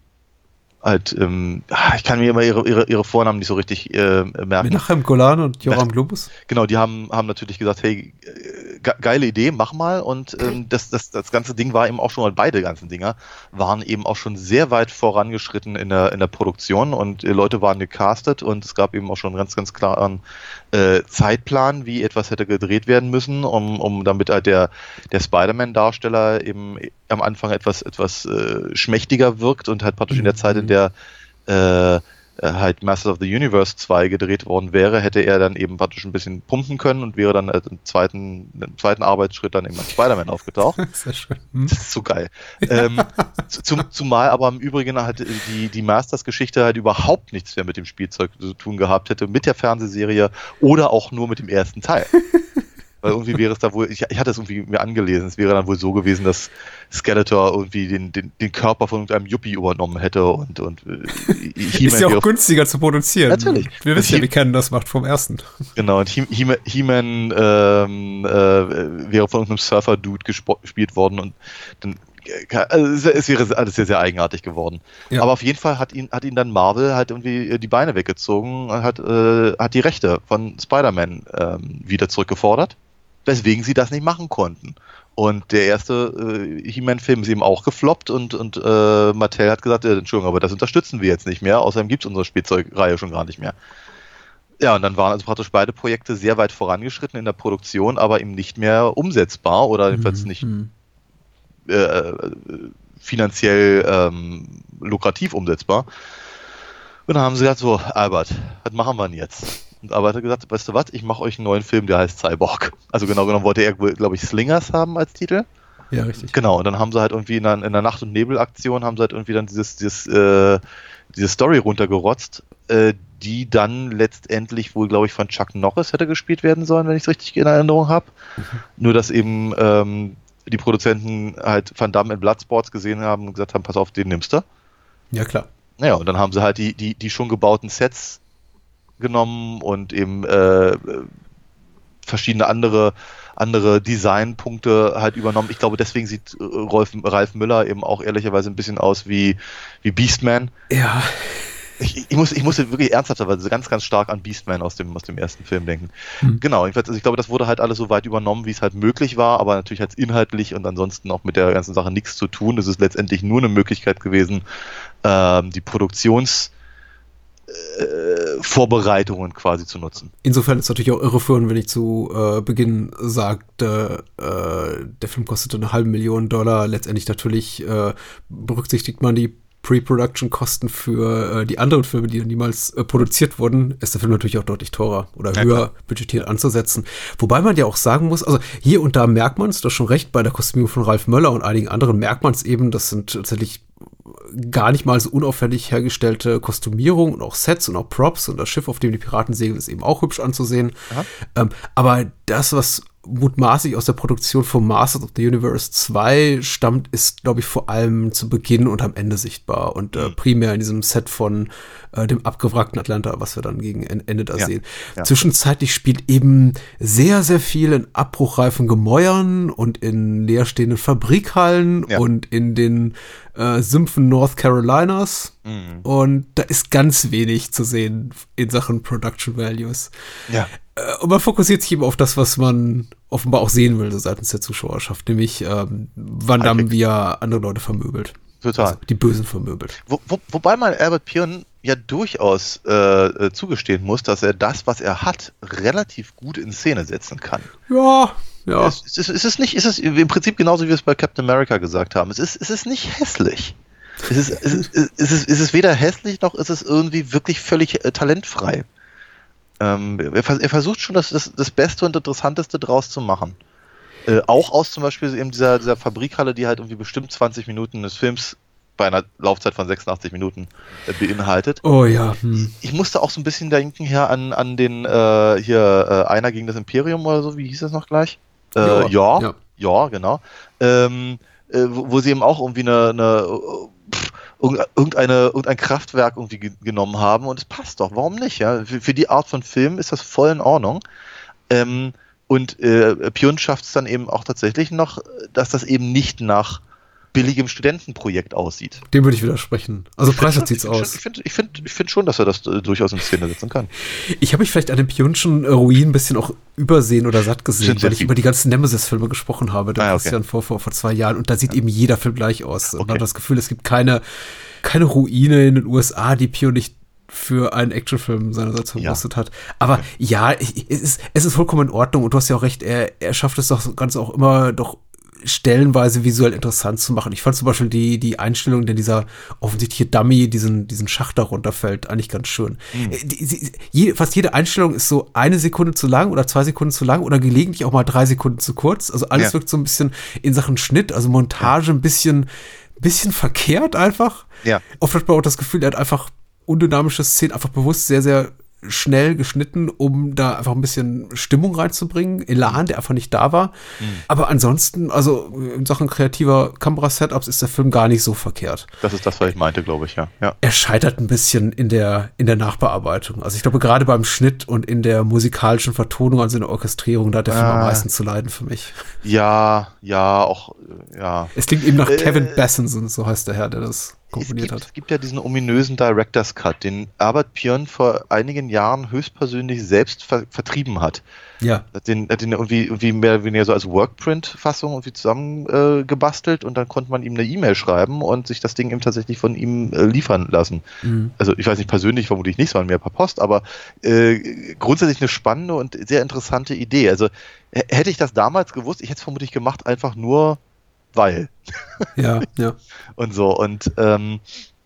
Halt, ähm, ich kann mir immer ihre, ihre, ihre Vornamen nicht so richtig äh, merken. Menachem Golan und Joram Globus? Genau, die haben, haben natürlich gesagt, hey, ge- geile Idee, mach mal. Und ähm, das, das, das ganze Ding war eben auch schon mal, beide ganzen Dinger waren eben auch schon sehr weit vorangeschritten in der, in der Produktion und äh, Leute waren gecastet und es gab eben auch schon einen ganz, ganz klaren äh, Zeitplan, wie etwas hätte gedreht werden müssen, um, um damit halt der, der Spider-Man-Darsteller eben am Anfang etwas, etwas äh, schmächtiger wirkt und halt praktisch in der Zeit, in der äh, halt Masters of the Universe zwei gedreht worden wäre, hätte er dann eben praktisch ein bisschen pumpen können und wäre dann äh, im, zweiten, im zweiten Arbeitsschritt dann eben als Spider-Man aufgetaucht. Sehr schön. Hm. Das ist so geil. ähm, zum, zumal aber im Übrigen halt die, die Masters-Geschichte halt überhaupt nichts mehr mit dem Spielzeug zu tun gehabt hätte, mit der Fernsehserie oder auch nur mit dem ersten Teil. Weil irgendwie wäre es da wohl, ich, ich hatte es irgendwie mir angelesen, es wäre dann wohl so gewesen, dass Skeletor irgendwie den, den, den Körper von irgendeinem Yuppie übernommen hätte und, und äh, ist ja auch günstiger zu produzieren. Natürlich. Wir wissen ja, wie Canon das macht vom ersten. Genau, und He- He- He-Man ähm, äh, wäre von irgendeinem Surfer-Dude gesp- gespielt worden und dann also es wäre alles sehr, sehr eigenartig geworden. Ja. Aber auf jeden Fall hat ihn, hat ihn dann Marvel halt irgendwie die Beine weggezogen und hat, äh, hat die Rechte von Spider-Man ähm, wieder zurückgefordert, weswegen sie das nicht machen konnten. Und der erste äh, He-Man-Film ist eben auch gefloppt und, und äh, Mattel hat gesagt, äh, Entschuldigung, aber das unterstützen wir jetzt nicht mehr, außerdem gibt es unsere Spielzeugreihe schon gar nicht mehr. Ja, und dann waren also praktisch beide Projekte sehr weit vorangeschritten in der Produktion, aber eben nicht mehr umsetzbar oder jedenfalls mhm. nicht äh, finanziell ähm, lukrativ umsetzbar. Und dann haben sie gesagt, so, Albert, was machen wir denn jetzt? Und Albert hat gesagt, weißt du was, ich mache euch einen neuen Film, der heißt Cyborg. Also genau genommen wollte er, glaube ich, Slingers haben als Titel. Ja, richtig. Genau, und dann haben sie halt irgendwie in der, in der Nacht- und Nebel-Aktion haben sie halt irgendwie dann dieses, dieses, äh, diese Story runtergerotzt, äh, die dann letztendlich wohl, glaube ich, von Chuck Norris hätte gespielt werden sollen, wenn ich es richtig in Erinnerung habe. Mhm. Nur, dass eben ähm, die Produzenten halt Van Damme in Bloodsports gesehen haben und gesagt haben, pass auf, den nimmst du. Ja, klar. Naja, und dann haben sie halt die, die, die schon gebauten Sets genommen und eben äh, verschiedene andere, andere Designpunkte halt übernommen. Ich glaube, deswegen sieht Rolf, Ralf Müller eben auch ehrlicherweise ein bisschen aus wie, wie Beastman. Ja. Ich, ich, muss, ich musste wirklich ernsthafterweise ganz, ganz stark an Beastman aus dem, aus dem ersten Film denken. Mhm. Genau, also ich glaube, das wurde halt alles so weit übernommen, wie es halt möglich war, aber natürlich halt inhaltlich und ansonsten auch mit der ganzen Sache nichts zu tun. Es ist letztendlich nur eine Möglichkeit gewesen, ähm, die Produktions- Äh, Vorbereitungen quasi zu nutzen. Insofern ist es natürlich auch irreführend, wenn ich zu äh, Beginn sagte, äh, der Film kostete eine halbe Million Dollar. Letztendlich natürlich äh, berücksichtigt man die Pre-Production-Kosten für äh, die anderen Filme, die niemals äh, produziert wurden, ist der Film natürlich auch deutlich teurer oder ja, höher klar. budgetiert anzusetzen. Wobei man ja auch sagen muss, also hier und da merkt man es, du hast schon recht, bei der Kostümierung von Ralf Möller und einigen anderen merkt man es eben, das sind tatsächlich gar nicht mal so unauffällig hergestellte Kostümierung und auch Sets und auch Props und das Schiff, auf dem die Piraten segeln, ist eben auch hübsch anzusehen. Ähm, aber das, was mutmaßlich aus der Produktion von Masters of the Universe zwei stammt, ist, glaube ich, vor allem zu Beginn und am Ende sichtbar und äh, primär in diesem Set von äh, dem abgewrackten Atlanta, was wir dann gegen Ende da ja, sehen. Ja. Zwischenzeitlich spielt eben sehr, sehr viel in abbruchreifen Gemäuern und in leerstehenden Fabrikhallen ja. und in den äh, Sümpfen North Carolinas. Mhm. Und da ist ganz wenig zu sehen in Sachen Production Values. Ja. Und man fokussiert sich eben auf das, was man offenbar auch sehen will, so seitens der Zuschauerschaft, nämlich ähm, Van Damme, wie er andere Leute vermöbelt. Total. Also die Bösen vermöbelt. Wo, wo, wobei man Albert Pyun ja durchaus äh, zugestehen muss, dass er das, was er hat, relativ gut in Szene setzen kann. Ja, ja. Es, es, es ist nicht, es ist im Prinzip genauso, wie wir es bei Captain America gesagt haben. Es ist, es ist nicht hässlich. Es ist, es ist, es ist, es ist weder hässlich, noch ist es irgendwie wirklich völlig äh, talentfrei. Ähm, er, er versucht schon das, das, das Beste und Interessanteste draus zu machen. Äh, auch aus zum Beispiel eben dieser, dieser Fabrikhalle, die halt irgendwie bestimmt zwanzig Minuten des Films bei einer Laufzeit von sechsundachtzig Minuten äh, beinhaltet. Oh ja. Hm. Ich, ich musste auch so ein bisschen denken hier an, an den äh, hier äh, Einer gegen das Imperium oder so, wie hieß das noch gleich? Äh, ja, ja, ja, ja, genau. Ähm, äh, wo, wo sie eben auch irgendwie eine, eine pff, irgendeine, irgendein Kraftwerk irgendwie ge- genommen haben und es passt doch, warum nicht? Ja? Für, für die Art von Film ist das voll in Ordnung. Ähm, und äh, Pyun schafft es dann eben auch tatsächlich noch, dass das eben nicht nach billigem Studentenprojekt aussieht. Dem würde ich widersprechen. Also Preischer sieht's aus. Ich finde ich find, ich find schon, dass er das äh, durchaus in Szene setzen kann. Ich habe mich vielleicht an den Pyunschen Ruin ein bisschen auch übersehen oder satt gesehen, weil ich über die ganzen Nemesis-Filme gesprochen habe, der ah, okay. Christian vor, vor, vor zwei Jahren, und da sieht ja. eben jeder Film gleich aus. Und okay. man hat das Gefühl, es gibt keine, keine Ruine in den U S A, die Pyun nicht für einen Actionfilm seinerseits verwurstet ja. hat. Aber okay. ja, es ist, es ist vollkommen in Ordnung und du hast ja auch recht, er, er schafft es doch ganz auch immer doch stellenweise visuell interessant zu machen. Ich fand zum Beispiel die, die Einstellung, der dieser offensichtliche Dummy diesen, diesen Schacht da runterfällt, eigentlich ganz schön. Mhm. Die, die, je, fast jede Einstellung ist so eine Sekunde zu lang oder zwei Sekunden zu lang oder gelegentlich auch mal drei Sekunden zu kurz. Also alles ja. wirkt so ein bisschen in Sachen Schnitt, also Montage ein bisschen, bisschen verkehrt einfach. Ja. Oft hat man auch das Gefühl, er hat einfach undynamische Szenen einfach bewusst sehr, sehr schnell geschnitten, um da einfach ein bisschen Stimmung reinzubringen, Elan, der einfach nicht da war. Mhm. Aber ansonsten, also in Sachen kreativer Kamera-Setups ist der Film gar nicht so verkehrt. Das ist das, was ich meinte, glaube ich, ja. ja. Er scheitert ein bisschen in der, in der Nachbearbeitung. Also ich glaube, gerade beim Schnitt und in der musikalischen Vertonung, also in der Orchestrierung, da hat der Film ah. am meisten zu leiden für mich. Ja, ja, auch, ja. Es klingt eben nach äh, Kevin Bassenson, so heißt der Herr, der das komponiert hat. Es gibt ja diesen ominösen Director's Cut, den Albert Pyun vor einigen Jahren höchstpersönlich selbst ver- vertrieben hat. Ja. Hat den, hat den irgendwie, irgendwie mehr oder weniger so als Workprint-Fassung irgendwie zusammen äh, gebastelt und dann konnte man ihm eine E-Mail schreiben und sich das Ding eben tatsächlich von ihm äh, liefern lassen. Mhm. Also ich weiß nicht, persönlich vermutlich nicht, sondern mehr per Post, aber äh, grundsätzlich eine spannende und sehr interessante Idee. Also h- hätte ich das damals gewusst, ich hätte es vermutlich gemacht, einfach nur weil. Ja, ja. Und so, und ähm,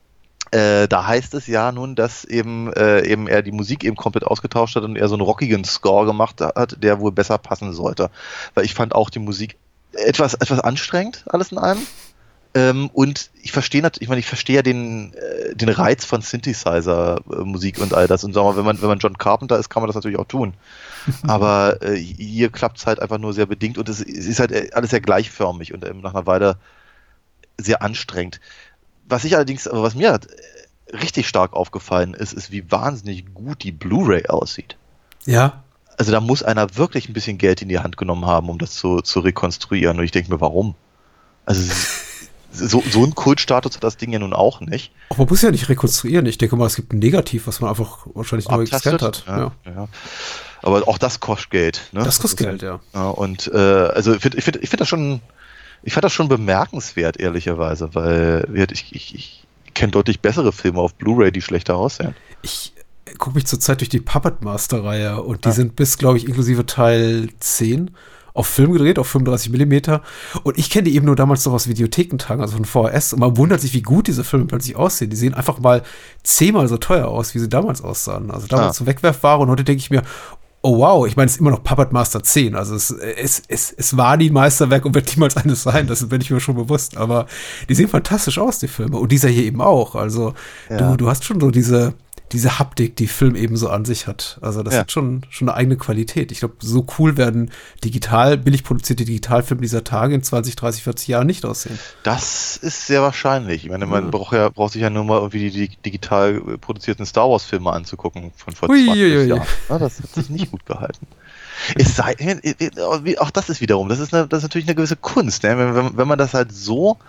äh, da heißt es ja nun, dass eben, äh, eben er die Musik eben komplett ausgetauscht hat und er so einen rockigen Score gemacht hat, der wohl besser passen sollte. Weil ich fand auch die Musik etwas, etwas anstrengend, alles in allem. Ähm, und ich verstehe natürlich, ich meine, ich verstehe ja den, äh, den Reiz von Synthesizer-Musik und all das. Und sag mal, wenn man, wenn man John Carpenter ist, kann man das natürlich auch tun. Aber äh, hier klappt es halt einfach nur sehr bedingt und es, es ist halt alles sehr gleichförmig und ähm, nach einer Weile sehr anstrengend. Was ich allerdings, was mir halt richtig stark aufgefallen ist, ist, wie wahnsinnig gut die Blu-ray aussieht. Ja. Also da muss einer wirklich ein bisschen Geld in die Hand genommen haben, um das zu, zu rekonstruieren. Und ich denke mir, warum? Also so, so einen Kultstatus hat das Ding ja nun auch nicht. Auch man muss ja nicht rekonstruieren. Ich denke mal, es gibt ein Negativ, was man einfach wahrscheinlich neu gescannt hat. Ja, ja. Ja. Aber auch das kostet Geld. Ne? Das kostet Geld, ja. ja. Und äh, also ich finde ich find, ich find das schon, ich fand das schon bemerkenswert, ehrlicherweise, weil ich, ich, ich kenne deutlich bessere Filme auf Blu-ray, die schlechter aussehen. Ich gucke mich zurzeit durch die Puppet Master-Reihe und die ah. sind bis, glaube ich, inklusive Teil zehn auf Film gedreht, auf fünfunddreißig Millimeter. Und ich kenne die eben nur damals noch aus Videothekentagen, also von V H S. Und man wundert sich, wie gut diese Filme plötzlich aussehen. Die sehen einfach mal zehnmal so teuer aus, wie sie damals aussahen. Also damals ah. so Wegwerfware und heute denke ich mir, oh wow, ich meine, es ist immer noch Puppet Master zehn. Also es, es, es, es war nie ein Meisterwerk und wird niemals eines sein. Das bin ich mir schon bewusst. Aber die sehen fantastisch aus, die Filme. Und dieser hier eben auch. Also ja. du, du hast schon so diese, diese Haptik, die Film eben so an sich hat. Also das ja. hat schon, schon eine eigene Qualität. Ich glaube, so cool werden digital, billig produzierte Digitalfilme dieser Tage in zwanzig, dreißig, vierzig Jahren nicht aussehen. Das ist sehr wahrscheinlich. Ich meine, man ja. braucht ja, braucht sich ja nur mal irgendwie die digital produzierten Star Wars Filme anzugucken von vor zwanzig Jahren. Ja, das hat sich nicht gut gehalten. Es sei, auch das ist wiederum, das ist, eine, das ist natürlich eine gewisse Kunst, ne? wenn, wenn man das halt so,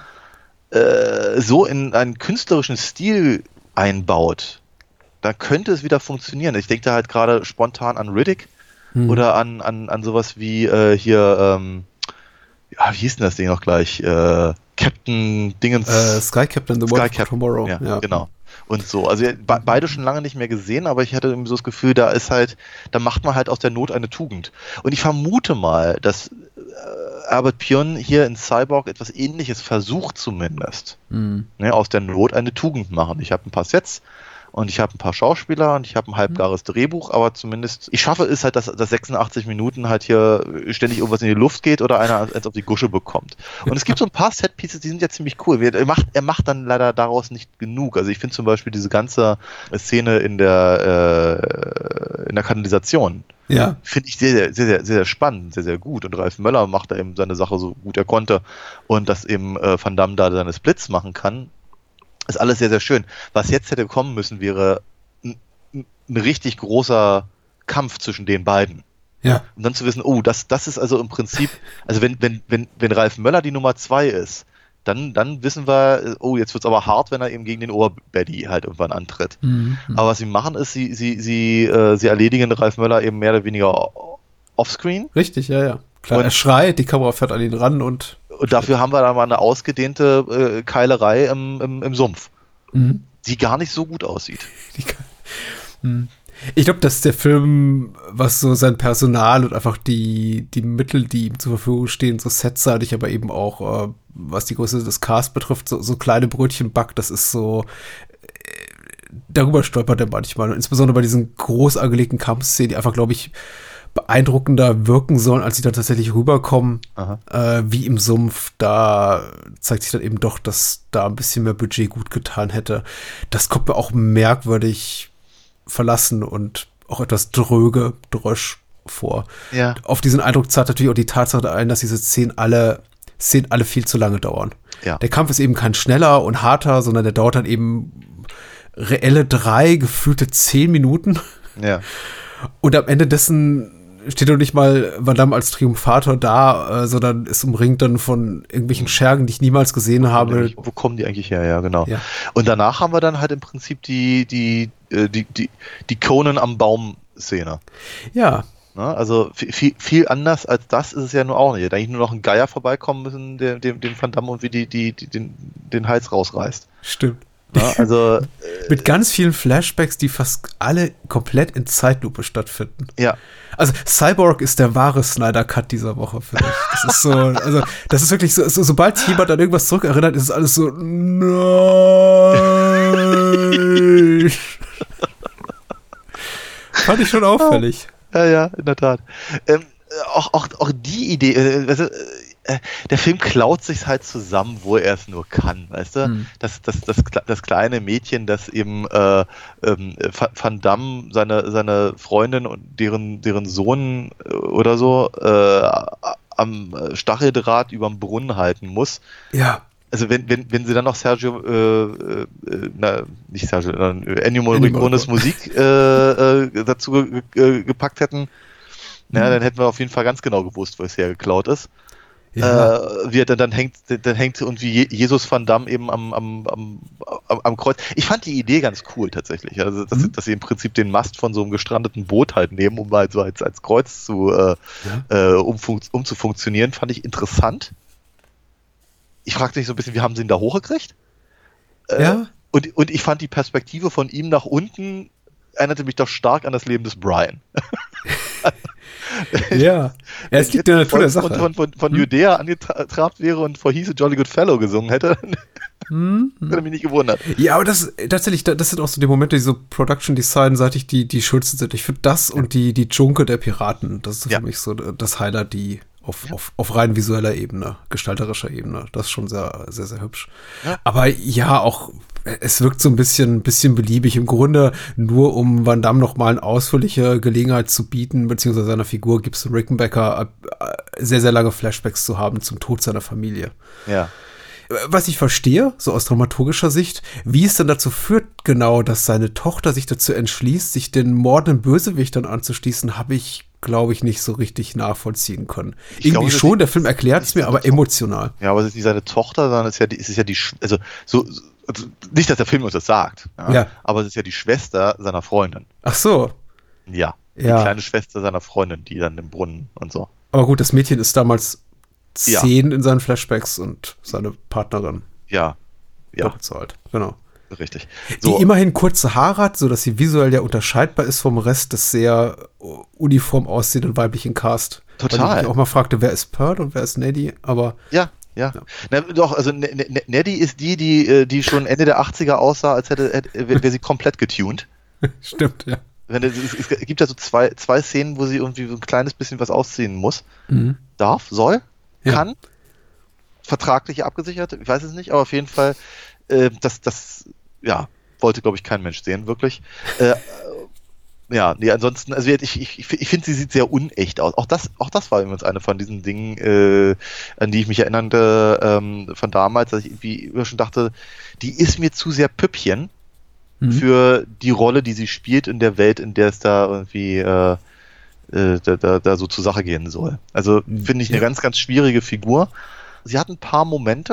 äh, so in einen künstlerischen Stil einbaut, da könnte es wieder funktionieren. Ich denke da halt gerade spontan an Riddick hm. oder an, an, an sowas wie äh, hier, ähm, ja, wie hieß denn das Ding noch gleich? Äh, Captain Dingens. Äh, Sky Captain, The Sky World Cap- of Tomorrow. Ja, ja, genau. Und so. Also be- beide schon lange nicht mehr gesehen, aber ich hatte irgendwie so das Gefühl, da ist halt, da macht man halt aus der Not eine Tugend. Und ich vermute mal, dass äh, Albert Pyun hier in Cyborg etwas Ähnliches versucht zumindest. Mhm. Ne, aus der Not eine Tugend machen. Ich habe ein paar Sets und ich habe ein paar Schauspieler und ich habe ein halbgares Drehbuch, aber zumindest, ich schaffe es halt, dass, dass sechsundachtzig Minuten halt hier ständig irgendwas in die Luft geht oder einer eins auf die Gusche bekommt. Und es gibt so ein paar Setpieces, die sind ja ziemlich cool. Er macht, er macht dann leider daraus nicht genug. Also ich finde zum Beispiel diese ganze Szene in der, äh, in der Kanalisation. Ja. Finde ich sehr, sehr, sehr, sehr, sehr spannend, sehr, sehr gut. Und Ralf Möller macht da eben seine Sache so gut er konnte. Und dass eben äh, Van Damme da seine Splits machen kann, ist alles sehr, sehr schön. Was jetzt hätte kommen müssen, wäre ein, ein richtig großer Kampf zwischen den beiden. Ja. Und dann zu wissen, oh, das, das ist also im Prinzip, also wenn, wenn, wenn, wenn Ralf Möller die Nummer zwei ist, dann, dann wissen wir, oh, jetzt wird's aber hart, wenn er eben gegen den Oberbaddy halt irgendwann antritt. Mhm. Aber was sie machen ist, sie, sie, sie, äh, sie erledigen Ralf Möller eben mehr oder weniger offscreen. Richtig, ja, ja. Klar, und er schreit, die Kamera fährt an ihn ran und Und dafür haben wir dann mal eine ausgedehnte äh, Keilerei im, im, im Sumpf, mhm. die gar nicht so gut aussieht. Ich glaube, dass der Film, was so sein Personal und einfach die, die Mittel, die ihm zur Verfügung stehen, so setseitig, aber eben auch, äh, was die Größe des Casts betrifft, so, so kleine Brötchen backt, das ist so, äh, darüber stolpert er manchmal. Und insbesondere bei diesen groß angelegten Kampfszenen, die einfach, glaube ich, beeindruckender wirken sollen, als sie dann tatsächlich rüberkommen, äh, wie im Sumpf. Da zeigt sich dann eben doch, dass da ein bisschen mehr Budget gut getan hätte. Das kommt mir auch merkwürdig verlassen und auch etwas dröge, drösch vor. Ja. Auf diesen Eindruck zahlt natürlich auch die Tatsache ein, dass diese Szenen alle, Szenen alle viel zu lange dauern. Ja. Der Kampf ist eben kein schneller und harter, sondern der dauert dann eben reelle drei, gefühlte zehn Minuten. Ja. Und am Ende dessen steht doch nicht mal Van Damme als Triumphator da, äh, sondern ist umringt dann von irgendwelchen Schergen, die ich niemals gesehen wo habe. Die, wo kommen die eigentlich her? Ja, genau. Ja. Und danach haben wir dann halt im Prinzip die, die, die, die, die Conan am Baum-Szene. Ja. Na, also viel, viel anders als das ist es ja nur auch nicht. Da eigentlich nur noch ein Geier vorbeikommen müssen, dem, dem, dem Van Damme und wie die, die, die den, den Hals rausreißt. Stimmt. Ja, also mit ganz vielen Flashbacks, die fast alle komplett in Zeitlupe stattfinden. Ja. Also Cyborg ist der wahre Snyder-Cut dieser Woche, finde ich. Das ist so, also das ist wirklich so, so sobald sich jemand an irgendwas zurückerinnert, ist es alles so, nein. Fand ich schon auffällig. Ja, ja, in der Tat. Ähm, auch, auch, auch die Idee, äh, also, der Film klaut sich halt zusammen, wo er es nur kann, weißt du? Hm. Das, das, das, das kleine Mädchen, das eben äh, ähm, Van Damme, seine, seine Freundin und deren, deren Sohn oder so äh, am Stacheldraht überm Brunnen halten muss. Ja. Also wenn, wenn, wenn sie dann noch Sergio, äh, äh, na, nicht Sergio, sondern Ennio Morricones Musik äh, äh, dazu ge ge gepackt hätten, na, hm. dann hätten wir auf jeden Fall ganz genau gewusst, wo es hergeklaut ist. Ja. Äh, wie, dann, dann hängt dann hängt irgendwie Jesus Van Damme eben am, am, am, am Kreuz. Ich fand die Idee ganz cool tatsächlich. Also, dass, mhm. dass sie im Prinzip den Mast von so einem gestrandeten Boot halt nehmen, um halt so als, als Kreuz zu, äh, ja. äh, um, um zu funktionieren, fand ich interessant. Ich fragte mich so ein bisschen, wie haben sie ihn da hochgekriegt? Äh, ja. Und, und ich fand die Perspektive von ihm nach unten erinnerte mich doch stark an das Leben des Brian. Ja, ja, es liegt in der Natur der Sache. Von, von, von hm? Judäa angetrabt wäre und For He's a Jolly Good Fellow gesungen hätte, hm? hätte mich nicht gewundert. Ja, aber das tatsächlich, das sind auch so die Momente, die so Production Design-seitig die, die schönsten sind. Ich finde das ja. und die, die Dschunke der Piraten, das ist so ja. für mich so das Highlight, die auf, ja. auf, auf rein visueller Ebene, gestalterischer Ebene. Das ist schon sehr, sehr, sehr hübsch. Ja. Aber ja, auch es wirkt so ein bisschen, bisschen beliebig. Im Grunde nur, um Van Damme noch mal eine ausführliche Gelegenheit zu bieten, beziehungsweise seiner Figur Gibson Rickenbacker sehr, sehr lange Flashbacks zu haben zum Tod seiner Familie. Ja. Was ich verstehe, so aus dramaturgischer Sicht, wie es dann dazu führt, genau, dass seine Tochter sich dazu entschließt, sich den mordenden Bösewichtern anzuschließen, habe ich, glaube ich, nicht so richtig nachvollziehen können. Ich Irgendwie glaube, schon, der Film erklärt es mir, aber emotional. Ja, aber es ist nicht seine Tochter, sondern es ist ja die, es ist ja die also so, also nicht, dass der Film uns das sagt, ja, ja. aber es ist ja die Schwester seiner Freundin. Ach so. Ja, die ja. kleine Schwester seiner Freundin, die dann im Brunnen und so. Aber gut, das Mädchen ist damals zehn ja. in seinen Flashbacks und seine Partnerin. Ja. Ja. Doppelt so alt, genau. Richtig. So. Die immerhin kurze Haare hat, sodass sie visuell ja unterscheidbar ist vom Rest des sehr uniform aussehenden weiblichen Cast. Total. Weil ich mich auch mal fragte, wer ist Pearl und wer ist Neddy, aber ja. Ja, ja. Na, doch, also Neddy ist die, die, die schon Ende der achtziger aussah, als hätte, hätte wäre sie komplett getuned. Stimmt, ja. Wenn es, es gibt ja so zwei, zwei Szenen, wo sie irgendwie so ein kleines bisschen was ausziehen muss. Mhm. Darf, soll, ja. kann. Vertraglich abgesichert, ich weiß es nicht, aber auf jeden Fall, äh, das, das, ja, wollte, glaube ich, kein Mensch sehen, wirklich. Äh, Ja, nee, ansonsten, also ich, ich, ich finde, sie sieht sehr unecht aus. Auch das, auch das war übrigens eine von diesen Dingen, äh, an die ich mich erinnerte, ähm, von damals, dass ich irgendwie immer schon dachte, die ist mir zu sehr Püppchen mhm. für die Rolle, die sie spielt in der Welt, in der es da irgendwie äh, äh, da, da, da so zur Sache gehen soll. Also mhm. finde ich eine ja. ganz, ganz schwierige Figur. Sie hat ein paar Momente,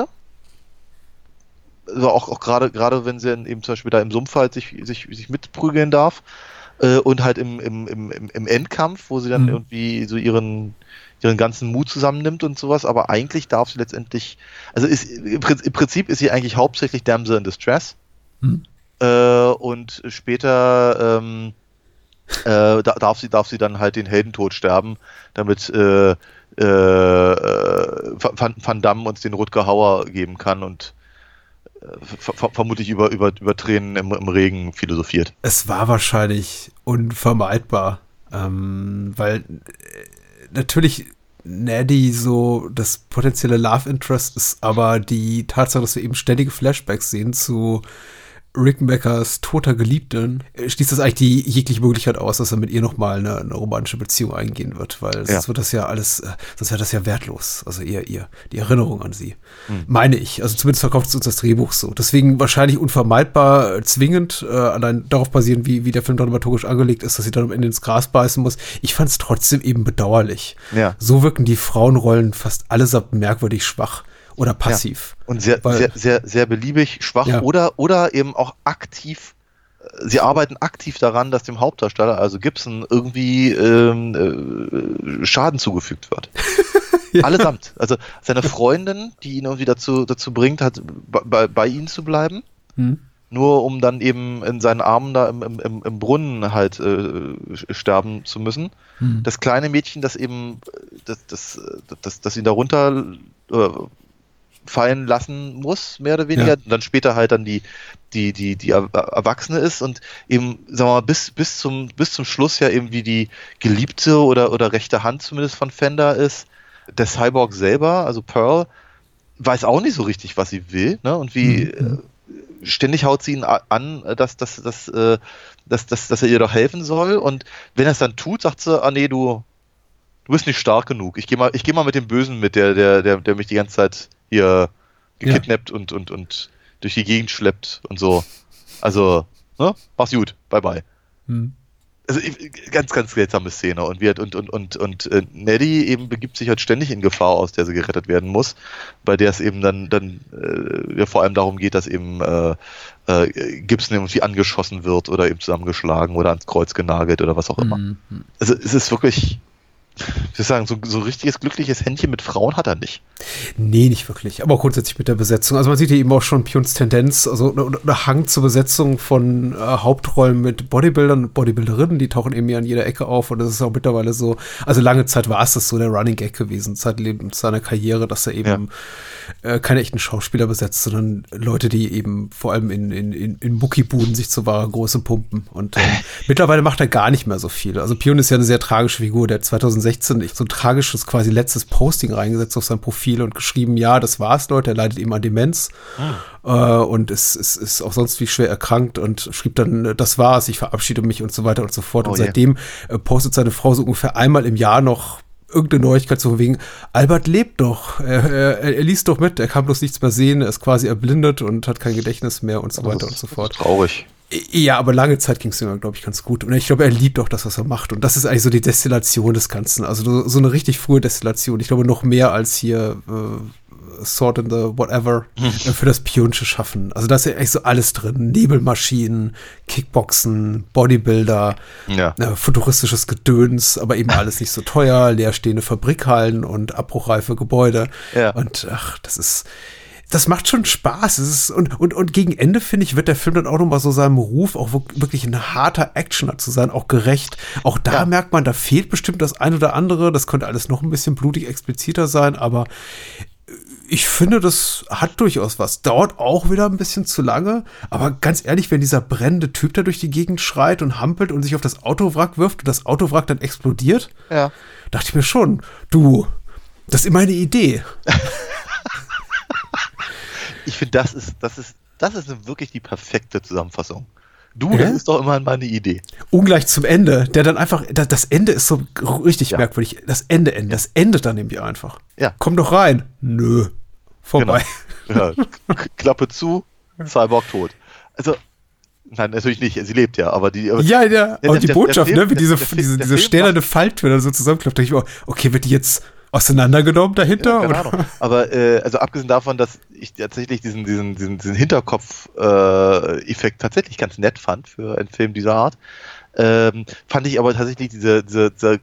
also auch, auch gerade, gerade wenn sie eben zum Beispiel da im Sumpf halt sich, sich, sich mitprügeln darf. Und halt im, im, im, im Endkampf, wo sie dann mhm. irgendwie so ihren, ihren ganzen Mut zusammennimmt und sowas, aber eigentlich darf sie letztendlich, also ist, im Prinzip ist sie eigentlich hauptsächlich Damsel in Distress mhm. äh, und später ähm, äh, darf, sie, darf sie dann halt den Heldentod sterben, damit äh, äh, Van, Van Damme uns den Rutger Hauer geben kann und Ver vermutlich über, über, über Tränen im, im Regen philosophiert. Es war wahrscheinlich unvermeidbar, ähm, weil äh, natürlich Neddy so das potenzielle Love Interest ist, aber die Tatsache, dass wir eben ständige Flashbacks sehen zu Rickenbackers toter Geliebten, schließt das eigentlich die jegliche Möglichkeit aus, dass er mit ihr nochmal eine, eine romantische Beziehung eingehen wird, weil sonst ja. wird das ja alles, sonst wäre das ja wertlos. Also eher ihr, die Erinnerung an sie. Hm. Meine ich. Also zumindest verkauft es uns das Drehbuch so. Deswegen wahrscheinlich unvermeidbar, zwingend, äh, allein darauf basierend, wie, wie der Film dramaturgisch angelegt ist, dass sie dann am Ende ins Gras beißen muss. Ich fand es trotzdem eben bedauerlich. Ja. So wirken die Frauenrollen fast allesamt merkwürdig schwach. Oder passiv. Ja. Und sehr, Weil, sehr, sehr, sehr beliebig, schwach ja. oder, oder eben auch aktiv. Sie arbeiten aktiv daran, dass dem Hauptdarsteller, also Gibson, irgendwie ähm, äh, Schaden zugefügt wird. ja. Allesamt. Also seine Freundin, die ihn irgendwie dazu, dazu bringt, hat, bei, bei ihnen zu bleiben. Hm. Nur um dann eben in seinen Armen da im, im, im Brunnen halt äh, sterben zu müssen. Hm. Das kleine Mädchen, das eben, das, das, das, das ihn darunter äh, fallen lassen muss, mehr oder weniger, ja. und dann später halt dann die, die, die, die Erwachsene ist und eben, sagen wir mal, bis, bis zum, bis zum Schluss ja eben wie die Geliebte oder, oder rechte Hand zumindest von Fender ist, der Cyborg selber, also Pearl, weiß auch nicht so richtig, was sie will, ne? Und wie mhm. äh, ständig haut sie ihn an, dass, dass, dass, äh, dass, dass, dass er ihr doch helfen soll. Und wenn er es dann tut, sagt sie, ah nee, du, du bist nicht stark genug. Ich gehe mal, ich geh mal mit dem Bösen mit, der, der, der, der mich die ganze Zeit hier gekidnappt ja. und, und, und durch die Gegend schleppt und so. Also, ne? Mach's gut, bye bye. Mhm. Also ganz, ganz seltsame Szene und wird und und und und äh, Neddy eben begibt sich halt ständig in Gefahr, aus der sie gerettet werden muss, bei der es eben dann dann äh, ja, vor allem darum geht, dass eben äh, äh, Gibson irgendwie angeschossen wird oder eben zusammengeschlagen oder ans Kreuz genagelt oder was auch immer. Mhm. Also es ist wirklich, ich würde sagen, so, so richtiges glückliches Händchen mit Frauen hat er nicht. Nee, nicht wirklich. Aber auch grundsätzlich mit der Besetzung. Also man sieht hier eben auch schon Pyons Tendenz, also eine, eine Hang zur Besetzung von äh, Hauptrollen mit Bodybuildern und Bodybuilderinnen, die tauchen eben hier an jeder Ecke auf und das ist auch mittlerweile so, also lange Zeit war es das so der Running Gag gewesen, zeitlebens seiner Karriere, dass er eben ja. äh, keine echten Schauspieler besetzt, sondern Leute, die eben vor allem in, in, in, in Muckibuden sich zu wahrer Größe pumpen und äh, mittlerweile macht er gar nicht mehr so viel. Also Pion ist ja eine sehr tragische Figur, der zweitausendsechzehn so ein tragisches quasi letztes Posting reingesetzt auf sein Profil und geschrieben, ja, das war's, Leute, er leidet eben an Demenz ah. äh, und ist, ist, ist auch sonst wie schwer erkrankt und schrieb dann, das war's, ich verabschiede mich und so weiter und so fort. Oh, und seitdem yeah. äh, postet seine Frau so ungefähr einmal im Jahr noch irgendeine Neuigkeit so wegen, Albert lebt doch, er, er, er liest doch mit, er kann bloß nichts mehr sehen, er ist quasi erblindet und hat kein Gedächtnis mehr und so weiter ist, und so fort. Traurig. Ja, aber lange Zeit ging es ihm, glaube ich, ganz gut. Und ich glaube, er liebt auch das, was er macht. Und das ist eigentlich so die Destillation des Ganzen. Also so, so eine richtig frühe Destillation. Ich glaube, noch mehr als hier äh, Sword in the Whatever äh, für das Pionsche Schaffen. Also da ist ja eigentlich so alles drin. Nebelmaschinen, Kickboxen, Bodybuilder, ja. äh, futuristisches Gedöns, aber eben alles nicht so teuer, leerstehende Fabrikhallen und abbruchreife Gebäude. Ja. Und ach, das ist... Das macht schon Spaß. Es ist, und, und, und gegen Ende, finde ich, wird der Film dann auch nochmal so seinem Ruf, auch wirklich ein harter Actioner zu sein, auch gerecht. Auch da ja. merkt man, da fehlt bestimmt das ein oder andere. Das könnte alles noch ein bisschen blutig expliziter sein, aber ich finde, das hat durchaus was. Dauert auch wieder ein bisschen zu lange, aber ganz ehrlich, wenn dieser brennende Typ da durch die Gegend schreit und hampelt und sich auf das Autowrack wirft und das Autowrack dann explodiert, ja. dachte ich mir schon, du, das ist immer eine Idee. Ich finde, das ist, das ist, das ist wirklich die perfekte Zusammenfassung. Du, ja? Das ist doch immer meine Idee. Ungleich zum Ende, der dann einfach, das Ende ist so richtig ja. merkwürdig. Das Ende, Ende, das endet dann nämlich einfach. Ja. Komm doch rein. Nö. Vorbei. Genau. Ja. Klappe zu, Cyborg tot. Also, nein, natürlich nicht, sie lebt ja, aber die... Aber ja, ja, und der, die der, Botschaft, der Film, ne, wie diese, der, diese, diese stählerne Falltür dann so zusammenklappt, da denke ich mir, okay, wird die jetzt auseinandergenommen dahinter? Ja, keine Ahnung. Aber äh, also abgesehen davon, dass ich tatsächlich diesen, diesen, diesen, diesen Hinterkopf-Effekt äh, tatsächlich ganz nett fand für einen Film dieser Art, ähm, fand ich aber tatsächlich diese, diese, diese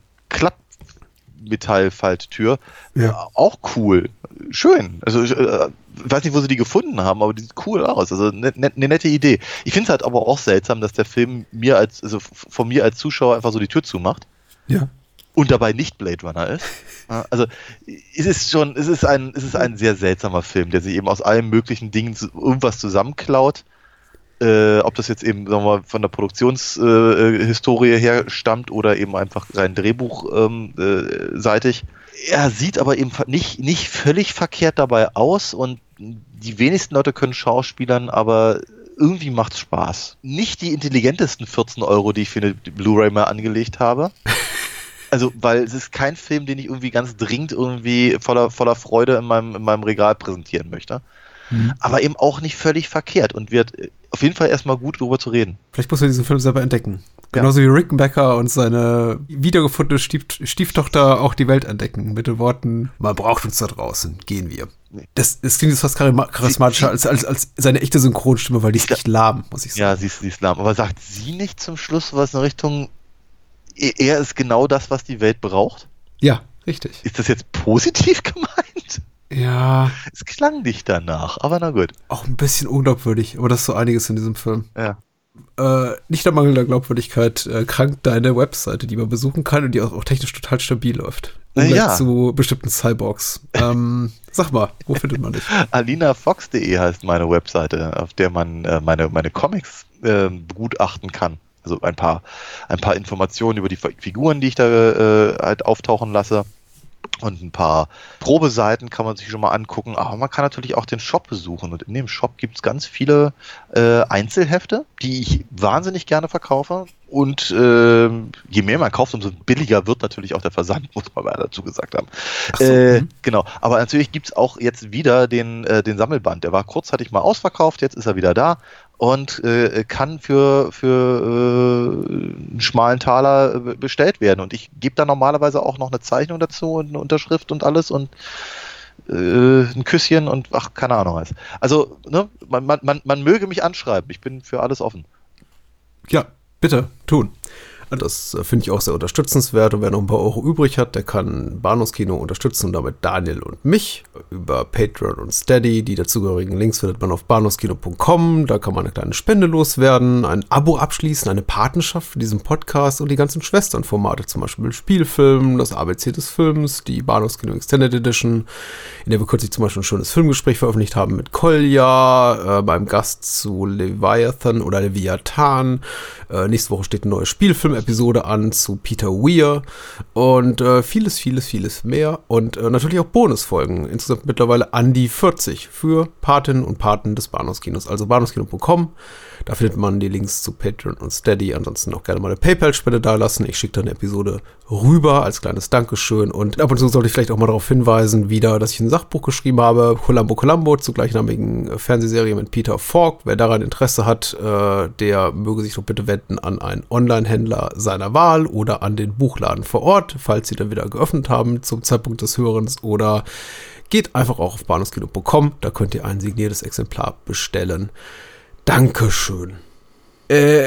Klappmetallfalttür ja. auch cool. Schön. Also ich äh, weiß nicht, wo sie die gefunden haben, aber die sieht cool aus. Also eine ne, ne nette Idee. Ich finde es halt aber auch seltsam, dass der Film mir als, also von mir als Zuschauer einfach so die Tür zumacht. Ja. Und dabei nicht Blade Runner ist. Also es ist schon, es ist ein, es ist ein sehr seltsamer Film, der sich eben aus allen möglichen Dingen irgendwas zusammenklaut. Äh, ob das jetzt eben, sagen wir mal, von der Produktionshistorie äh, her stammt oder eben einfach rein drehbuchseitig. Ähm, äh, er sieht aber eben nicht, nicht völlig verkehrt dabei aus und die wenigsten Leute können Schauspielern, aber irgendwie macht's Spaß. Nicht die intelligentesten vierzehn Euro, die ich für eine Blu-ray mal angelegt habe. Also, weil es ist kein Film, den ich irgendwie ganz dringend irgendwie voller, voller Freude in meinem, in meinem Regal präsentieren möchte. Mhm. Aber eben auch nicht völlig verkehrt und wird auf jeden Fall erstmal gut, darüber zu reden. Vielleicht muss man diesen Film selber entdecken. Genauso ja. wie Rickenbacker und seine wiedergefundene Stief- Stieftochter auch die Welt entdecken. Mit den Worten, man braucht uns da draußen, gehen wir. Nee. Das, das klingt jetzt fast charismatischer als, als, als seine echte Synchronstimme, weil die ist echt lahm, muss ich sagen. Ja, sie ist, sie ist lahm. Aber sagt sie nicht zum Schluss was in Richtung... Er ist genau das, was die Welt braucht? Ja, richtig. Ist das jetzt positiv gemeint? Ja. Es klang nicht danach, aber na gut. Auch ein bisschen unglaubwürdig, aber das ist so einiges in diesem Film. Ja. Äh, nicht der Mangel der Glaubwürdigkeit äh, krankt deine Webseite, die man besuchen kann und die auch, auch technisch total stabil läuft. Im ja. zu bestimmten Cyborgs. ähm, sag mal, wo findet man dich? alina fox punkt de heißt meine Webseite, auf der man äh, meine, meine Comics äh, begutachten kann. Also ein paar, ein paar Informationen über die Figuren, die ich da äh, halt auftauchen lasse. Und ein paar Probeseiten kann man sich schon mal angucken. Aber man kann natürlich auch den Shop besuchen. Und in dem Shop gibt es ganz viele äh, Einzelhefte, die ich wahnsinnig gerne verkaufe. Und äh, je mehr man kauft, umso billiger wird natürlich auch der Versand, muss man mal dazu gesagt haben. So, äh, genau. Aber natürlich gibt es auch jetzt wieder den, äh, den Sammelband. Der war kurzzeitig mal ausverkauft, jetzt ist er wieder da. Und äh, kann für, für äh, einen schmalen Taler äh, bestellt werden. Und ich gebe da normalerweise auch noch eine Zeichnung dazu und eine Unterschrift und alles und äh, ein Küsschen und ach, keine Ahnung was. Also, ne, man, man, man, man möge mich anschreiben. Ich bin für alles offen. Ja, bitte tun. Das finde ich auch sehr unterstützenswert. Und wer noch ein paar Euro übrig hat, der kann Bahnhofskino unterstützen und damit Daniel und mich über Patreon und Steady. Die dazugehörigen Links findet man auf bahnhofskino punkt com. Da kann man eine kleine Spende loswerden, ein Abo abschließen, eine Patenschaft für diesen Podcast und die ganzen Schwesternformate, zum Beispiel Spielfilm, das A B C des Films, die Bahnhofskino Extended Edition, in der wir kürzlich zum Beispiel ein schönes Filmgespräch veröffentlicht haben mit Kolja, äh, beim Gast zu Leviathan oder Leviathan. Äh, nächste Woche steht ein neues Spielfilm Episode an zu Peter Weir und äh, vieles, vieles, vieles mehr und äh, natürlich auch Bonusfolgen. Insgesamt mittlerweile an die vierzig für Patinnen und Paten des Bahnhofskinos. Also bahnhofskino punkt com. Da findet man die Links zu Patreon und Steady. Ansonsten auch gerne mal eine PayPal-Spende dalassen. Ich schicke dann eine Episode rüber als kleines Dankeschön. Und ab und zu sollte ich vielleicht auch mal darauf hinweisen, wieder, dass ich ein Sachbuch geschrieben habe. Columbo Columbo zur gleichnamigen Fernsehserie mit Peter Falk. Wer daran Interesse hat, äh, der möge sich doch bitte wenden an einen Online-Händler seiner Wahl oder an den Buchladen vor Ort, falls sie dann wieder geöffnet haben zum Zeitpunkt des Hörens. Oder geht einfach auch auf bahnhofskino punkt com. Da könnt ihr ein signiertes Exemplar bestellen. Dankeschön. Äh,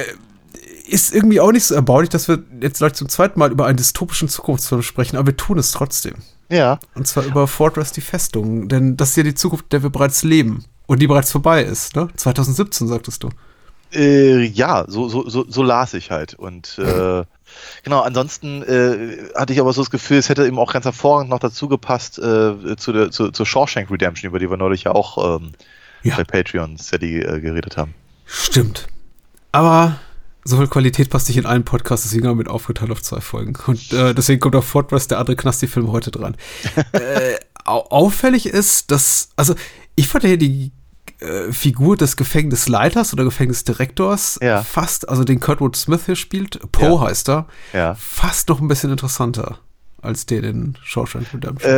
ist irgendwie auch nicht so erbaulich, dass wir jetzt gleich zum zweiten Mal über einen dystopischen Zukunftsfilm sprechen, aber wir tun es trotzdem. Ja. Und zwar über Fortress die Festung, denn das ist ja die Zukunft, in der wir bereits leben und die bereits vorbei ist, ne? zwanzig siebzehn, sagtest du. Äh, ja, so, so, so, so las ich halt. Und äh, genau, ansonsten äh, hatte ich aber so das Gefühl, es hätte eben auch ganz hervorragend noch dazu gepasst äh, zu der, zu, zur Shawshank Redemption, über die wir neulich ja auch ähm, ja. bei Patreon Steady äh, geredet haben. Stimmt. Aber so viel Qualität passt nicht in einen Podcast, deswegen haben wir mit aufgeteilt auf zwei Folgen. Und äh, deswegen kommt auf Fortress der andere Knasti-Film heute dran. äh, au- auffällig ist, dass, also ich fand ja die äh, Figur des Gefängnisleiters oder Gefängnisdirektors ja. fast, also den Kurtwood Smith hier spielt, Poe ja. heißt er, ja. fast noch ein bisschen interessanter als der in Shawshank Redemption.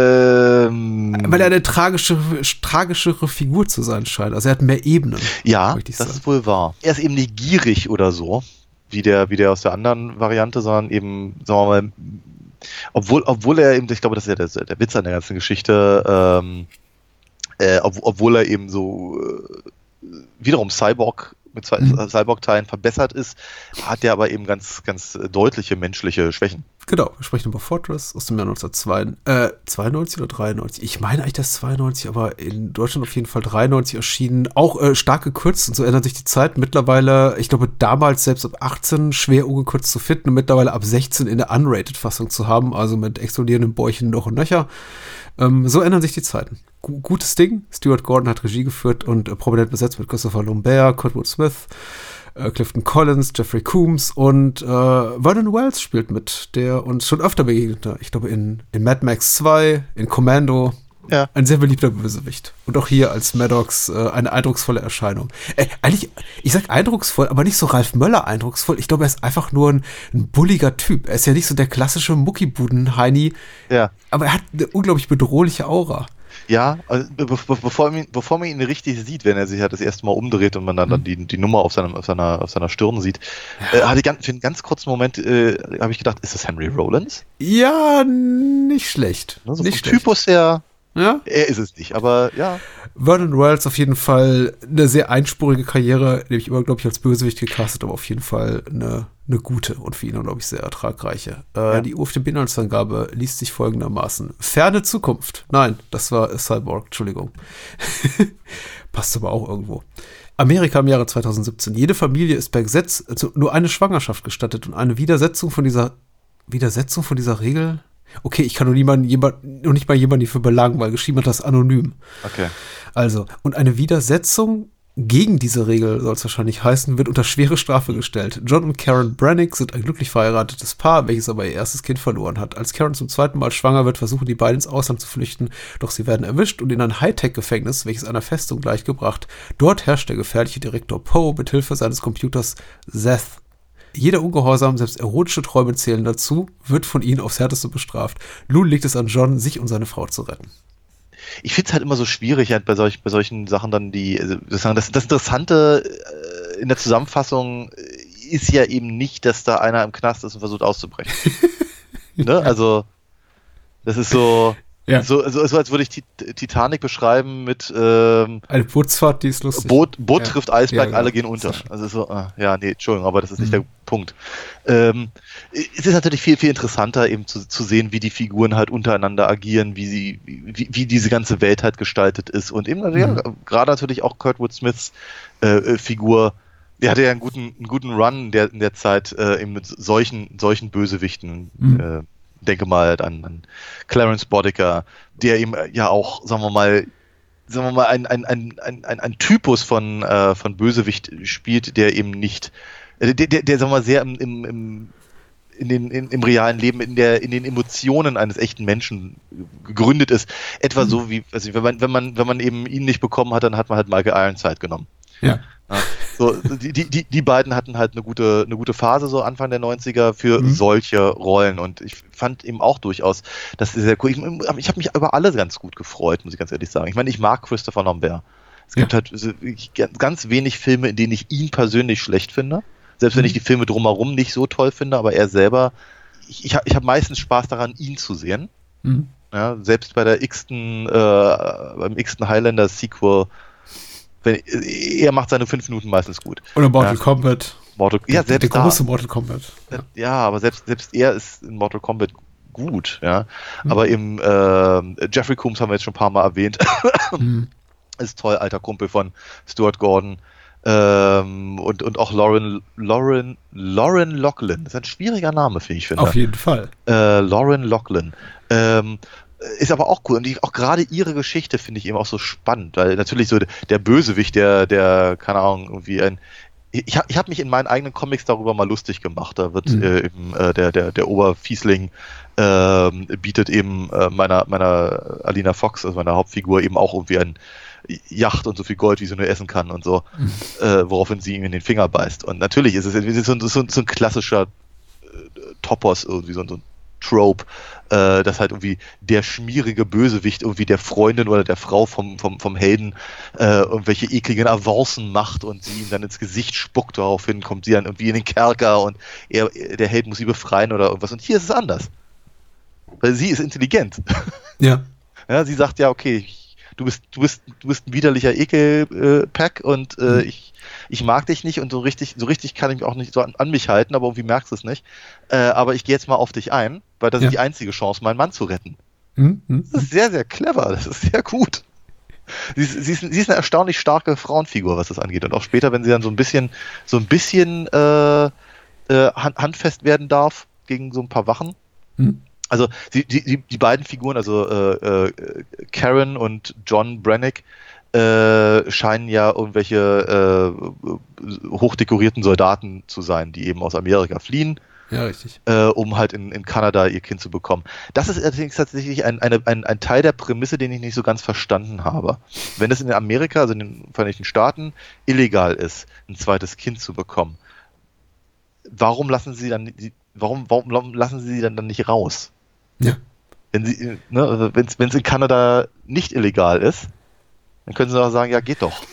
Ähm, Weil er eine tragische, tragischere Figur zu sein scheint. Also er hat mehr Ebenen. Ja, das sagen. Ist wohl wahr. Er ist eben nicht gierig oder so, wie der, wie der aus der anderen Variante, sondern eben, sagen wir mal, obwohl, obwohl er eben, ich glaube, das ist ja der, der Witz an der ganzen Geschichte, ähm, äh, ob, obwohl er eben so äh, wiederum Cyborg mit zwei mhm. Cyborg-Teilen verbessert ist, hat er aber eben ganz, ganz deutliche menschliche Schwächen. Genau, wir sprechen über Fortress aus dem Jahr neunzehnhundertzweiundneunzig oder dreiundneunzig. Ich meine eigentlich das zweiundneunzig, aber in Deutschland auf jeden Fall dreiundneunzig erschienen. Auch äh, stark gekürzt und so ändert sich die Zeit. Mittlerweile, ich glaube damals selbst ab achtzehn schwer ungekürzt zu finden und mittlerweile ab sechzehn in der Unrated-Fassung zu haben, also mit explodierenden Bäuchen noch und nöcher. Ähm, so ändern sich die Zeiten. G- gutes Ding. Stuart Gordon hat Regie geführt und äh, prominent besetzt mit Christopher Lambert, Kurtwood Smith, äh, Clifton Collins, Jeffrey Combs und äh, Vernon Wells spielt mit, der uns schon öfter begegnet. Ich glaube in, in Mad Max zwei, in Commando. Ja. Ein sehr beliebter Bösewicht. Und auch hier als Maddox äh, eine eindrucksvolle Erscheinung. Äh, eigentlich, ich sag eindrucksvoll, aber nicht so Ralf Möller eindrucksvoll. Ich glaube, er ist einfach nur ein, ein bulliger Typ. Er ist ja nicht so der klassische Muckibuden-Heini. Ja. Aber er hat eine unglaublich bedrohliche Aura. Ja, also be- be- bevor, man, bevor man ihn richtig sieht, wenn er sich halt das erste Mal umdreht und man dann, mhm. dann die, die Nummer auf, seinem, auf, seiner, auf seiner Stirn sieht, ja. äh, hatte ich ganz, für einen ganz kurzen Moment äh, habe ich gedacht, ist das Henry Rollins? Ja, nicht schlecht. Also nicht vom schlecht. Typus her, ja? Er ist es nicht, aber ja. Vernon Wells auf jeden Fall eine sehr einspurige Karriere, die ich immer, glaube ich, als Bösewicht gecastet, aber auf jeden Fall eine, eine gute und für ihn, glaube ich, sehr ertragreiche. Äh, ja. Die U F D B-Inhaltsangabe liest sich folgendermaßen. Ferne Zukunft. Nein, das war Cyborg, Entschuldigung. Passt aber auch irgendwo. Amerika im Jahre zwanzig siebzehn. Jede Familie ist per Gesetz also nur eine Schwangerschaft gestattet und eine Widersetzung von dieser Widersetzung von dieser Regel. Okay, ich kann nur niemanden, jemand, noch nicht mal jemanden dafür belangen, weil geschrieben hat das anonym. Okay. Also, und eine Widersetzung Gegen diese Regel, soll es wahrscheinlich heißen, wird unter schwere Strafe gestellt. John und Karen Brannick sind ein glücklich verheiratetes Paar, welches aber ihr erstes Kind verloren hat. Als Karen zum zweiten Mal schwanger wird, versuchen die beiden ins Ausland zu flüchten, doch sie werden erwischt und in ein Hightech-Gefängnis, welches einer Festung gleichgebracht. Dort herrscht der gefährliche Direktor Poe mit Hilfe seines Computers Zeth. Jeder Ungehorsam, selbst erotische Träume zählen dazu, wird von ihnen aufs Härteste bestraft. Nun liegt es an John, sich und seine Frau zu retten. Ich finde es halt immer so schwierig, halt bei, solch, bei solchen Sachen dann die, also das, das Interessante in der Zusammenfassung ist ja eben nicht, dass da einer im Knast ist und versucht auszubrechen. Ne? Also, das ist so, ja. so, so, so, als würde ich Titanic beschreiben mit ähm, eine Bootsfahrt, die ist lustig. Boot, Boot ja. trifft Eisberg, ja, genau. Alle gehen unter. Also so, ah, ja, nee, Entschuldigung, aber das ist nicht mhm. der Punkt. Ähm, es ist natürlich viel, viel interessanter eben zu, zu sehen, wie die Figuren halt untereinander agieren, wie sie, wie, wie diese ganze Welt halt gestaltet ist und eben, mhm. ja, gerade natürlich auch Kurtwood Smiths äh, Figur, der hatte ja einen guten, einen guten Run in der, in der Zeit äh, eben mit solchen, solchen Bösewichten, mhm. äh, denke mal an, an Clarence Bodicker, der eben ja auch, sagen wir mal, sagen wir mal, ein, ein, ein, ein, ein Typus von, äh, von Bösewicht spielt, der eben nicht, äh, der, der, der, sagen wir mal, sehr im, im, im, in den, in, im realen Leben, in der, in den Emotionen eines echten Menschen gegründet ist. Etwa mhm. so wie, also wenn man, wenn man, wenn man eben ihn nicht bekommen hat, dann hat man halt Michael Ironside genommen. Ja. Ja, so, die, die, die beiden hatten halt eine gute, eine gute Phase, so Anfang der neunziger für mhm. solche Rollen und ich fand eben auch durchaus, das ist sehr cool. Ich, ich habe mich über alle ganz gut gefreut, muss ich ganz ehrlich sagen. Ich meine, ich mag Christopher Lambert. Es gibt ja. halt ganz wenig Filme, in denen ich ihn persönlich schlecht finde. Selbst mhm. wenn ich die Filme drumherum nicht so toll finde, aber er selber, ich, ich habe ich hab meistens Spaß daran, ihn zu sehen. Mhm. Ja, selbst bei der x-ten, äh, beim x-ten Highlander-Sequel, wenn, er macht seine fünf Minuten meistens gut. Oder Mortal ja. Kombat. Mortal, ja, selbst der große da, Mortal Kombat. Ja. ja, aber selbst, selbst er ist in Mortal Kombat gut. Ja. Mhm. Aber im äh, Jeffrey Combs haben wir jetzt schon ein paar Mal erwähnt. Mhm. Ist toll, alter Kumpel von Stuart Gordon. Ähm, und, und auch Lauren, Lauren, Lauren Lachlan. Das ist ein schwieriger Name, finde ich. Finde. Auf jeden Fall. Äh, Lauren Lachlan. Ähm, Ist aber auch cool und die, auch gerade ihre Geschichte finde ich eben auch so spannend, weil natürlich so der Bösewicht, der, der, keine Ahnung, irgendwie ein, ich habe ich hab mich in meinen eigenen Comics darüber mal lustig gemacht, da wird mhm. äh, eben äh, der, der, der Oberfiesling äh, bietet eben äh, meiner, meiner Alina Fox, also meiner Hauptfigur, eben auch irgendwie ein Yacht und so viel Gold, wie sie nur essen kann und so, mhm. äh, woraufhin sie ihm in den Finger beißt. Und natürlich ist es so, so, so ein klassischer äh, Topos, irgendwie so, so ein Trope, äh, dass halt irgendwie der schmierige Bösewicht irgendwie der Freundin oder der Frau vom, vom, vom Helden äh, irgendwelche ekligen Avancen macht und sie ihm dann ins Gesicht spuckt, daraufhin kommt sie dann irgendwie in den Kerker und er, der Held muss sie befreien oder irgendwas. Und hier ist es anders. Weil sie ist intelligent. Ja. Ja, sie sagt ja, okay, ich, du bist, du bist, du bist ein widerlicher Ekelpack äh, und äh, mhm. ich ich mag dich nicht und so richtig, so richtig kann ich mich auch nicht so an, an mich halten, aber irgendwie merkst du es nicht. Äh, aber ich gehe jetzt mal auf dich ein, weil das ja. ist die einzige Chance, meinen Mann zu retten. Mhm. Das ist sehr, sehr clever, das ist sehr gut. Sie ist, sie, ist, sie ist eine erstaunlich starke Frauenfigur, was das angeht. Und auch später, wenn sie dann so ein bisschen, so ein bisschen äh, äh, handfest werden darf gegen so ein paar Wachen. Mhm. Also die, die, die beiden Figuren, also äh, äh, Karen und John Brannick, Äh, scheinen ja irgendwelche äh, hochdekorierten Soldaten zu sein, die eben aus Amerika fliehen, ja, richtig. Äh, um halt in, in Kanada ihr Kind zu bekommen. Das ist allerdings tatsächlich ein, eine, ein, ein Teil der Prämisse, den ich nicht so ganz verstanden habe. Wenn es in Amerika, also in den Vereinigten Staaten, illegal ist, ein zweites Kind zu bekommen, warum lassen sie dann die, warum, warum lassen sie sie dann, dann nicht raus? Ja. Wenn sie, ne, wenn es in Kanada nicht illegal ist, dann können sie auch sagen, ja, geht doch.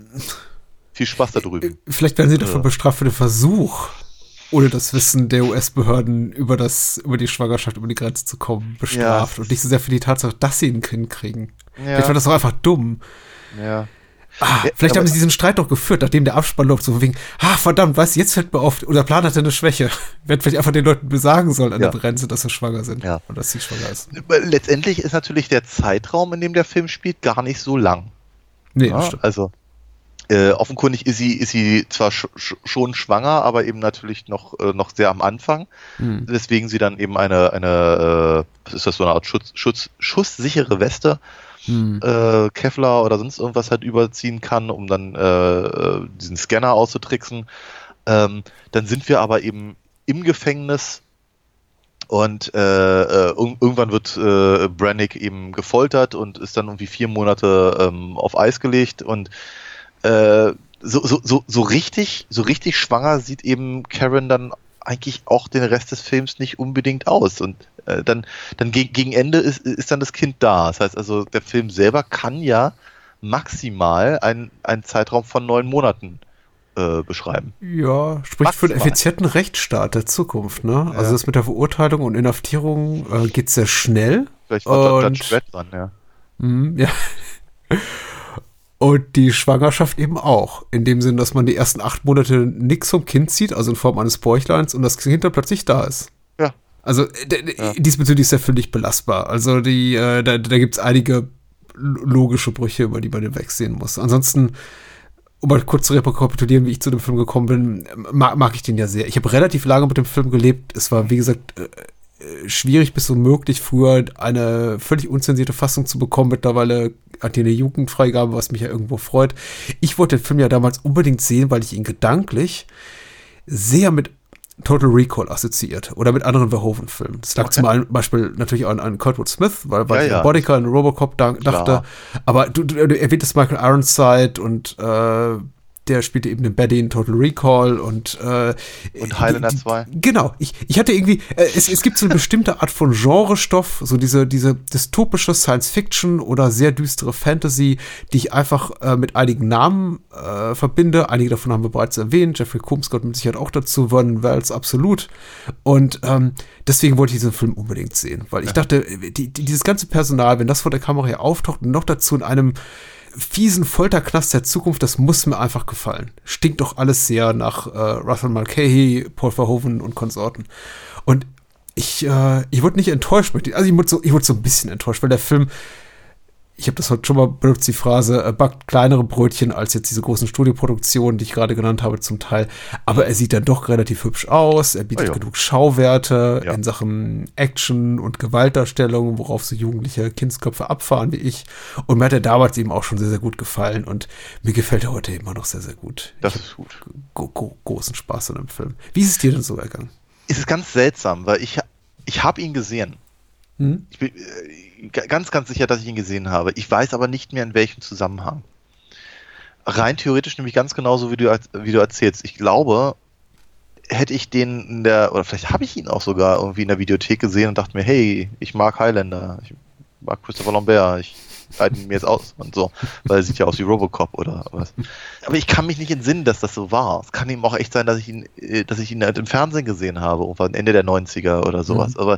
Viel Spaß da drüben. Vielleicht werden sie dafür ja. bestraft für den Versuch, ohne das Wissen der U S-Behörden über das, über die Schwangerschaft, über die Grenze zu kommen, bestraft. Ja. Und nicht so sehr für die Tatsache, dass sie ein Kind kriegen. Ja. Vielleicht war das auch einfach dumm. Ja. Ah, vielleicht ja, haben sie diesen Streit doch geführt, nachdem der Abspann läuft, so wegen, ah, verdammt, weißt du, jetzt fällt mir auf, unser Plan hatte eine Schwäche. Wir hätten vielleicht einfach den Leuten besagen sollen an ja. der Grenze, dass sie schwanger sind. Ja. Und dass sie schwanger ist. Letztendlich ist natürlich der Zeitraum, in dem der Film spielt, gar nicht so lang. Nee, ja, stimmt. Also äh, offenkundig ist sie, ist sie zwar sch- sch- schon schwanger, aber eben natürlich noch, äh, noch sehr am Anfang, hm. weswegen sie dann eben eine, eine äh, was ist das, so eine Art Schutz, Schutz, schusssichere Weste hm. äh, Kevlar oder sonst irgendwas halt überziehen kann, um dann äh, diesen Scanner auszutricksen. Ähm, dann sind wir aber eben im Gefängnis und äh, äh, irgendwann wird äh, Brannick eben gefoltert und ist dann irgendwie vier Monate ähm, auf Eis gelegt und äh, so, so, so, so richtig, so richtig schwanger sieht eben Karen dann eigentlich auch den Rest des Films nicht unbedingt aus. Und äh, dann, dann ge- gegen Ende ist, ist dann das Kind da. Das heißt also, der Film selber kann ja maximal einen, einen Zeitraum von neun Monaten äh, beschreiben. Ja, spricht maximal für einen effizienten Rechtsstaat der Zukunft, ne? Ja. Also das mit der Verurteilung und Inhaftierung äh, geht sehr schnell. Vielleicht war da Judge dran, ja. Mh, ja. Und die Schwangerschaft eben auch. In dem Sinn, dass man die ersten acht Monate nichts vom Kind sieht, also in Form eines Bäuchleins, und das Kind dann plötzlich da ist. Ja. Also d- d- ja. diesbezüglich ist er völlig belastbar. Also die, äh, da, da gibt es einige logische Brüche, über die man hinwegsehen muss. Ansonsten, um mal kurz zu rekapitulieren, wie ich zu dem Film gekommen bin, mag, mag ich den ja sehr. Ich habe relativ lange mit dem Film gelebt. Es war, wie gesagt, äh, schwierig bis unmöglich, früher eine völlig unzensierte Fassung zu bekommen. Mittlerweile hat die eine Jugendfreigabe, was mich ja irgendwo freut. Ich wollte den Film ja damals unbedingt sehen, weil ich ihn gedanklich sehr mit Total Recall assoziiert oder mit anderen Verhoeven-Filmen. Das lag okay. zum Beispiel natürlich an, an Kurtwood Smith, weil, weil ja, ich an ja. Bodyguard und Robocop da, dachte. Aber du, du, du erwähntest Michael Ironside und äh, der spielte eben den Baddy in Total Recall und äh, und Highlander zwei. Genau, ich, ich hatte irgendwie, äh, es, es gibt so eine bestimmte Art von Genrestoff, so diese, diese dystopische Science-Fiction oder sehr düstere Fantasy, die ich einfach äh, mit einigen Namen äh, verbinde. Einige davon haben wir bereits erwähnt, Jeffrey Combs gehört mit Sicherheit auch dazu, Vernon Wells absolut. Und ähm, deswegen wollte ich diesen Film unbedingt sehen, weil ich ja. dachte, die, die, dieses ganze Personal, wenn das vor der Kamera hier auftaucht und noch dazu in einem fiesen Folterknast der Zukunft, das muss mir einfach gefallen. Stinkt doch alles sehr nach äh, Russell Mulcahy, Paul Verhoeven und Konsorten. Und ich, äh, ich wurde nicht enttäuscht. Also ich wurde, so, ich wurde so ein bisschen enttäuscht, weil der Film, ich habe das heute schon mal benutzt, die Phrase, äh, backt kleinere Brötchen als jetzt diese großen Studioproduktionen, die ich gerade genannt habe zum Teil. Aber er sieht dann doch relativ hübsch aus. Er bietet oh, ja. genug Schauwerte ja. in Sachen Action und Gewaltdarstellung, worauf so jugendliche Kindsköpfe abfahren wie ich. Und mir hat er damals eben auch schon sehr, sehr gut gefallen. Und mir gefällt er heute immer noch sehr, sehr gut. Das ist gut. Go- go- großen Spaß an dem Film. Wie ist es dir denn so ergangen? Es ist ganz seltsam, weil ich, ich habe ihn gesehen. Hm? Ich bin äh, ganz, ganz sicher, dass ich ihn gesehen habe. Ich weiß aber nicht mehr, in welchem Zusammenhang. Rein theoretisch nämlich ganz genauso, wie du, wie du erzählst. Ich glaube, hätte ich den in der, oder vielleicht habe ich ihn auch sogar irgendwie in der Videothek gesehen und dachte mir, hey, ich mag Highlander, ich mag Christopher Lambert, ich leite ihn mir jetzt aus und so, weil er sieht ja aus wie Robocop oder was. Aber ich kann mich nicht entsinnen, dass das so war. Es kann eben auch echt sein, dass ich ihn, dass ich ihn halt im Fernsehen gesehen habe, irgendwann Ende der neunziger oder sowas. Mhm. Aber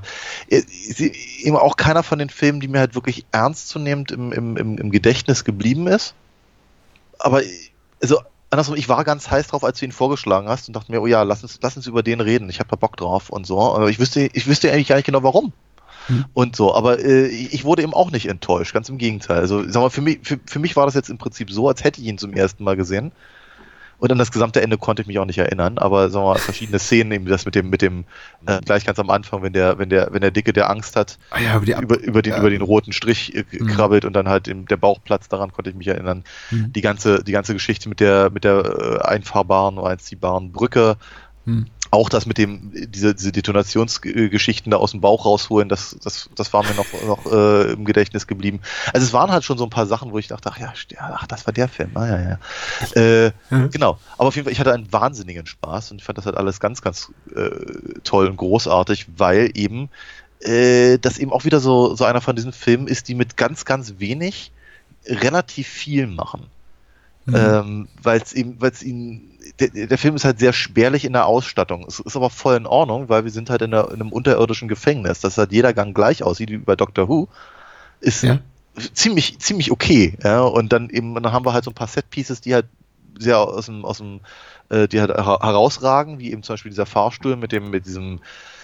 eben auch keiner von den Filmen, die mir halt wirklich ernstzunehmend im, im, im, im Gedächtnis geblieben ist. Aber also andersrum, ich war ganz heiß drauf, als du ihn vorgeschlagen hast und dachte mir, oh ja, lass uns, lass uns über den reden. Ich habe da Bock drauf und so. Aber ich wüsste, ich wüsste eigentlich gar nicht genau, warum. Hm. Und so, aber äh, ich wurde eben auch nicht enttäuscht, ganz im Gegenteil. Also, sag mal, für mich, für, für mich war das jetzt im Prinzip so, als hätte ich ihn zum ersten Mal gesehen. Und an das gesamte Ende konnte ich mich auch nicht erinnern, aber sagen wir mal, verschiedene Szenen, eben das mit dem, mit dem, äh, gleich ganz am Anfang, wenn der, wenn der, wenn der Dicke, der Angst hat, ah ja, über, über, über den, ja. über den roten Strich äh, mhm. krabbelt und dann halt im, der Bauch platzt, daran konnte ich mich erinnern. Mhm. Die ganze, die ganze Geschichte mit der, mit der äh, einfahrbaren oder einziehbaren Brücke. Mhm. Auch das mit dem, diese, diese Detonationsgeschichten da aus dem Bauch rausholen, das, das, das war mir noch, noch äh, im Gedächtnis geblieben. Also es waren halt schon so ein paar Sachen, wo ich dachte, ach ja, ach, das war der Film. Ah, ja, ja. Äh, mhm. Genau. Aber auf jeden Fall, ich hatte einen wahnsinnigen Spaß und ich fand das halt alles ganz, ganz äh, toll und großartig, weil eben äh, das eben auch wieder so, so einer von diesen Filmen ist, die mit ganz, ganz wenig relativ viel machen. Mhm. Ähm, weil es eben, weil es ihnen Der, der Film ist halt sehr spärlich in der Ausstattung. Es ist aber voll in Ordnung, weil wir sind halt in, einer, in einem unterirdischen Gefängnis. Dass halt jeder Gang gleich aussieht wie bei Doctor Who, ist ja. ziemlich, ziemlich okay. Ja? Und dann eben, dann haben wir halt so ein paar Set-Pieces, die halt sehr aus dem, aus dem, äh, die halt herausragen, wie eben zum Beispiel dieser Fahrstuhl mit dem, mit diesem,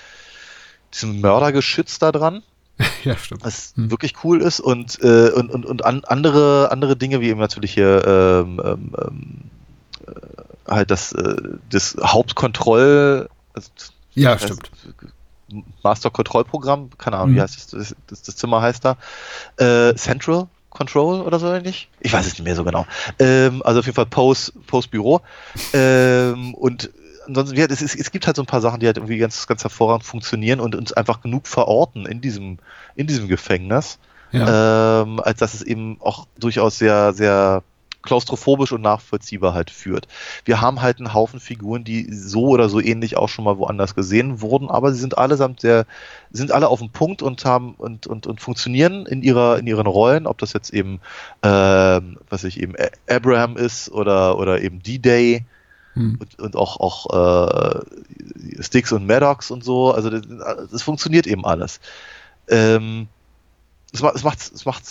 diesem Mördergeschütz da dran. Ja, stimmt. Was hm. wirklich cool ist und, äh, und, und, und an, andere, andere Dinge, wie eben natürlich hier ähm, ähm, äh, halt das, äh, das Hauptkontroll also, ja, heißt, stimmt. Master-Kontrollprogramm, keine Ahnung, mhm. wie heißt das, das, das, das Zimmer heißt da. Äh, Central Control oder so ähnlich. Ich weiß es nicht mehr so genau. Ähm, also auf jeden Fall Poes, Poes Büro. Ähm, und ansonsten, ja, es, ist, es gibt halt so ein paar Sachen, die halt irgendwie ganz, ganz hervorragend funktionieren und uns einfach genug verorten in diesem, in diesem Gefängnis, ja. ähm, als dass es eben auch durchaus sehr, sehr klaustrophobisch und nachvollziehbar halt führt. Wir haben halt einen Haufen Figuren, die so oder so ähnlich auch schon mal woanders gesehen wurden, aber sie sind allesamt sehr, sind alle auf dem Punkt und haben und, und, und funktionieren in ihrer, in ihren Rollen, ob das jetzt eben, äh, was ich eben Abraham ist oder, oder eben D-Day. Hm. Und, und auch, auch äh, Styx und Maddox und so, also das, das funktioniert eben alles. Ähm, es macht, es macht, es macht,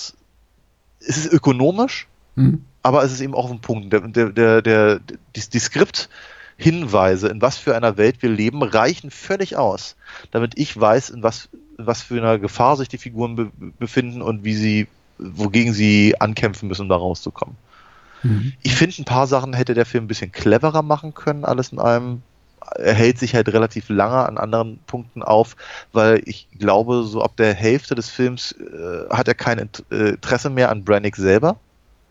es ist ökonomisch, hm. aber es ist eben auch auf den Punkt. Der, der, der, der, die, die Skripthinweise, in was für einer Welt wir leben, reichen völlig aus, damit ich weiß, in was, in was für einer Gefahr sich die Figuren be, befinden und wie sie, wogegen sie ankämpfen müssen, um da rauszukommen. Mhm. Ich finde, ein paar Sachen hätte der Film ein bisschen cleverer machen können, alles in allem. Er hält sich halt relativ lange an anderen Punkten auf, weil ich glaube, so ab der Hälfte des Films äh, hat er kein Interesse mehr an Brannick selber.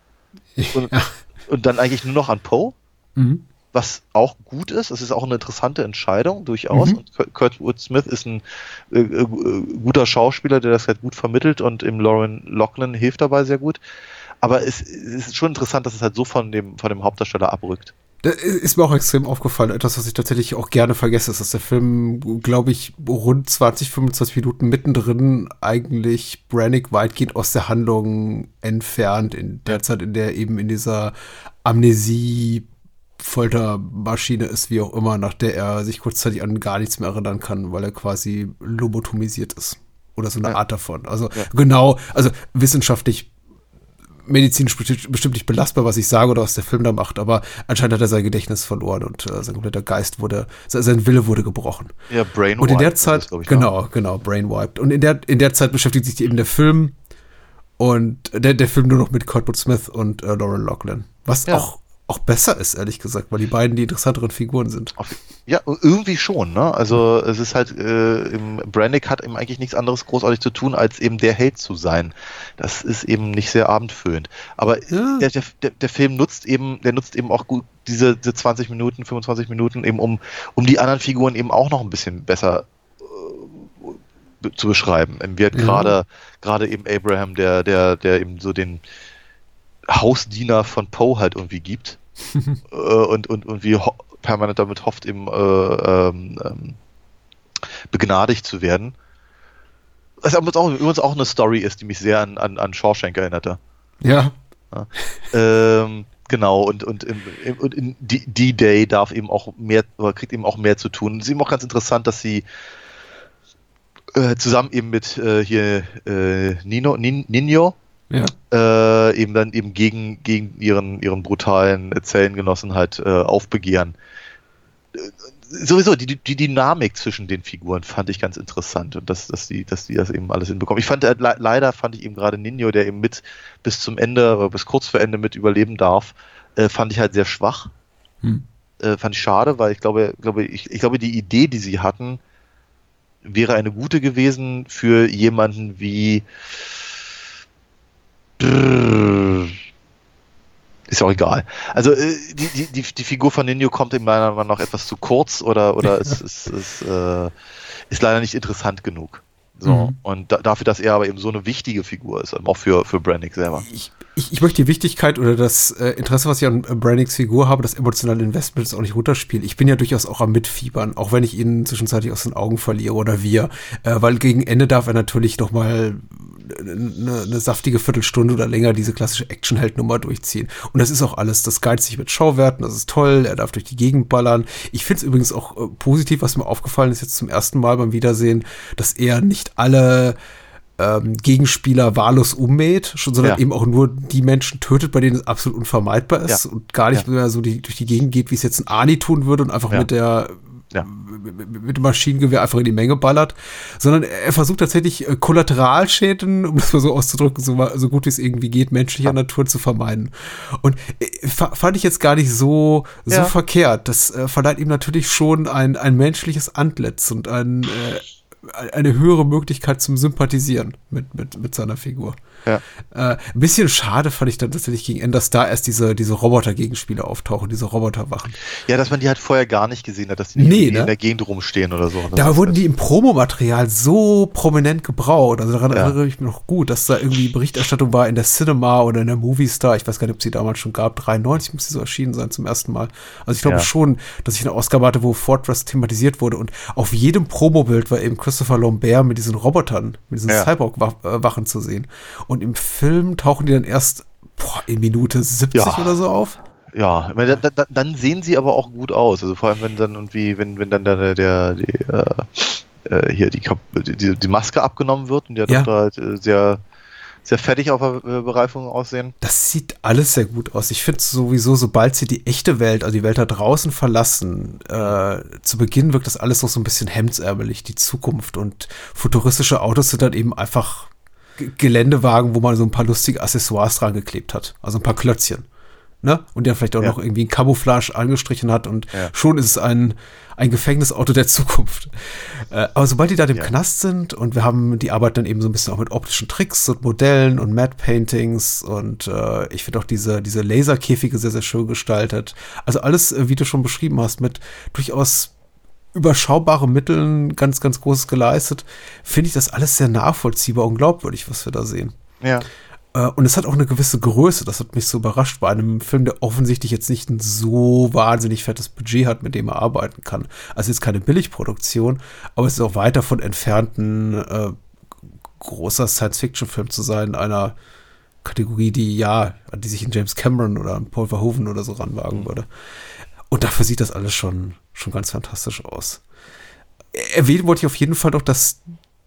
Und, ja. und dann eigentlich nur noch an Poe, mhm. was auch gut ist. Es ist auch eine interessante Entscheidung, durchaus. Mhm. Und Kurtwood Smith ist ein äh, äh, guter Schauspieler, der das halt gut vermittelt und im Lauren Loughlin hilft dabei sehr gut. Aber es, es ist schon interessant, dass es halt so von dem, von dem Hauptdarsteller abrückt. Das ist mir auch extrem aufgefallen. Etwas, was ich tatsächlich auch gerne vergesse, ist, dass der Film, glaube ich, rund zwanzig, fünfundzwanzig Minuten mittendrin eigentlich Brannick weitgehend aus der Handlung entfernt, in der Zeit, in der eben in dieser Amnesie Foltermaschine ist, wie auch immer, nach der er sich kurzzeitig an gar nichts mehr erinnern kann, weil er quasi lobotomisiert ist. Oder so eine ja. Art davon. Also ja. genau, also wissenschaftlich medizinisch bestimmt nicht belastbar, was ich sage oder was der Film da macht, aber anscheinend hat er sein Gedächtnis verloren und äh, sein kompletter Geist wurde, sein Wille wurde gebrochen. Ja, brainwiped. Und in der Zeit, das, ich, genau, noch. genau, brainwiped. Und in der, in der Zeit beschäftigt sich eben der Film und der, der Film nur noch mit Kurtwood Smith und äh, Lauren Loughlin. Was ja. auch auch besser ist, ehrlich gesagt, weil die beiden die interessanteren Figuren sind. Ja, irgendwie schon, ne? Also es ist halt, äh, im Brannick hat eben eigentlich nichts anderes großartig zu tun, als eben der Held zu sein. Das ist eben nicht sehr abendfüllend. Aber ja. der, der, der Film nutzt eben, der nutzt eben auch gut diese, diese zwanzig Minuten, fünfundzwanzig Minuten eben, um, um die anderen Figuren eben auch noch ein bisschen besser äh, zu beschreiben. Wir hatten ja. gerade, gerade eben Abraham, der, der, der eben so den Hausdiener von Poe halt irgendwie gibt äh, und, und, und wie ho- permanent damit hofft, eben äh, ähm, ähm, begnadigt zu werden. Was auch, übrigens auch eine Story ist, die mich sehr an, an, an Shawshank erinnerte. Ja. ja. Ähm, genau, und, und, im, im, und in D-Day darf eben auch mehr, oder kriegt eben auch mehr zu tun. Es ist eben auch ganz interessant, dass sie äh, zusammen eben mit äh, hier äh, Nino, Nin, Nino Ja. Äh, eben dann eben gegen, gegen ihren, ihren brutalen Zellengenossen halt äh, aufbegehren. Äh, sowieso, die, die Dynamik zwischen den Figuren fand ich ganz interessant und dass, dass, die, dass die das eben alles hinbekommen. Ich fand, äh, le- leider fand ich eben gerade Nino, der eben mit bis zum Ende, oder bis kurz vor Ende mit überleben darf, äh, fand ich halt sehr schwach. Hm. Äh, fand ich schade, weil ich glaube, glaube ich, ich glaube, die Idee, die sie hatten, wäre eine gute gewesen für jemanden wie ist auch egal. Also die, die, die, die Figur von Nino kommt in meiner Meinung nach etwas zu kurz oder, oder ist, ist, ist, äh, ist leider nicht interessant genug. So. Mhm. Und da, dafür, dass er aber eben so eine wichtige Figur ist, auch für, für Brannick selber. Ich, ich, ich möchte die Wichtigkeit oder das äh, Interesse, was ich an Brannicks Figur habe, das emotionale Investment, auch nicht runterspielen. Ich bin ja durchaus auch am Mitfiebern, auch wenn ich ihn zwischenzeitlich aus den Augen verliere oder wir. Äh, weil gegen Ende darf er natürlich noch mal eine, eine saftige Viertelstunde oder länger diese klassische Action-Held-Nummer durchziehen. Und das ist auch alles, das geizt sich mit Schauwerten, das ist toll, er darf durch die Gegend ballern. Ich finde es übrigens auch äh, positiv, was mir aufgefallen ist jetzt zum ersten Mal beim Wiedersehen, dass er nicht alle ähm, Gegenspieler wahllos ummäht, schon, sondern ja. eben auch nur die Menschen tötet, bei denen es absolut unvermeidbar ist ja. und gar nicht ja. mehr so die, durch die Gegend geht, wie es jetzt ein Arnie tun würde und einfach ja. mit der Ja. mit dem Maschinengewehr einfach in die Menge ballert, sondern er versucht tatsächlich äh, Kollateralschäden, um das mal so auszudrücken, so, so gut wie es irgendwie geht, menschlicher ja. Natur zu vermeiden. Und äh, f- fand ich jetzt gar nicht so, so ja. verkehrt. Das äh, verleiht ihm natürlich schon ein, ein menschliches Antlitz und ein, äh, eine höhere Möglichkeit zum Sympathisieren mit, mit, mit seiner Figur. Ja. Äh, ein bisschen schade fand ich dann tatsächlich gegen Ende, dass da erst diese, diese Roboter-Gegenspiele auftauchen, diese Roboterwachen. Ja, dass man die halt vorher gar nicht gesehen hat, dass die nee, in ne? der Gegend rumstehen oder so. Da wurden die im Promomaterial so prominent gebraut. Also daran ja. erinnere ich mich noch gut, dass da irgendwie Berichterstattung war in der Cinema oder in der Movie Star. Ich weiß gar nicht, ob sie damals schon gab. dreiundneunzig muss sie so erschienen sein zum ersten Mal. Also ich glaube ja. schon, dass ich eine Ausgabe hatte, wo Fortress thematisiert wurde. Und auf jedem Promobild war eben Christopher Lambert mit diesen Robotern, mit diesen ja. Cyborg-Wachen zu sehen. Und im Film tauchen die dann erst boah, in Minute siebzig ja. oder so auf. Ja, da, da, dann sehen sie aber auch gut aus. Also vor allem, wenn dann irgendwie, wenn, wenn dann der, der, die, äh, hier die, die, die Maske abgenommen wird und die ja. dann halt äh, sehr, sehr fertig auf der Bereifung aussehen. Das sieht alles sehr gut aus. Ich finde sowieso, sobald sie die echte Welt, also die Welt da draußen verlassen, äh, zu Beginn wirkt das alles noch so ein bisschen hemdsärmelig, die Zukunft, und futuristische Autos sind dann eben einfach Geländewagen, wo man so ein paar lustige Accessoires dran geklebt hat. Also ein paar Klötzchen. Ne? Und der vielleicht auch ja. noch irgendwie ein Camouflage angestrichen hat und ja. schon ist es ein, ein Gefängnisauto der Zukunft. Äh, aber sobald die da im ja. Knast sind und wir haben, die arbeiten dann eben so ein bisschen auch mit optischen Tricks und Modellen und Matte Paintings und äh, ich finde auch diese, diese Laserkäfige sehr, sehr schön gestaltet. Also alles, wie du schon beschrieben hast, mit durchaus überschaubare Mitteln ganz, ganz Großes geleistet, finde ich das alles sehr nachvollziehbar und glaubwürdig, was wir da sehen. Ja. Äh, und es hat auch eine gewisse Größe, das hat mich so überrascht, bei einem Film, der offensichtlich jetzt nicht ein so wahnsinnig fettes Budget hat, mit dem er arbeiten kann. Also jetzt keine Billigproduktion, aber es ist auch weit davon entfernt, ein äh, großer Science-Fiction-Film zu sein, einer Kategorie, die ja, an die sich ein James Cameron oder ein Paul Verhoeven oder so ranwagen würde. Und dafür sieht das alles schon, schon ganz fantastisch aus. Erwähnen wollte ich auf jeden Fall noch, dass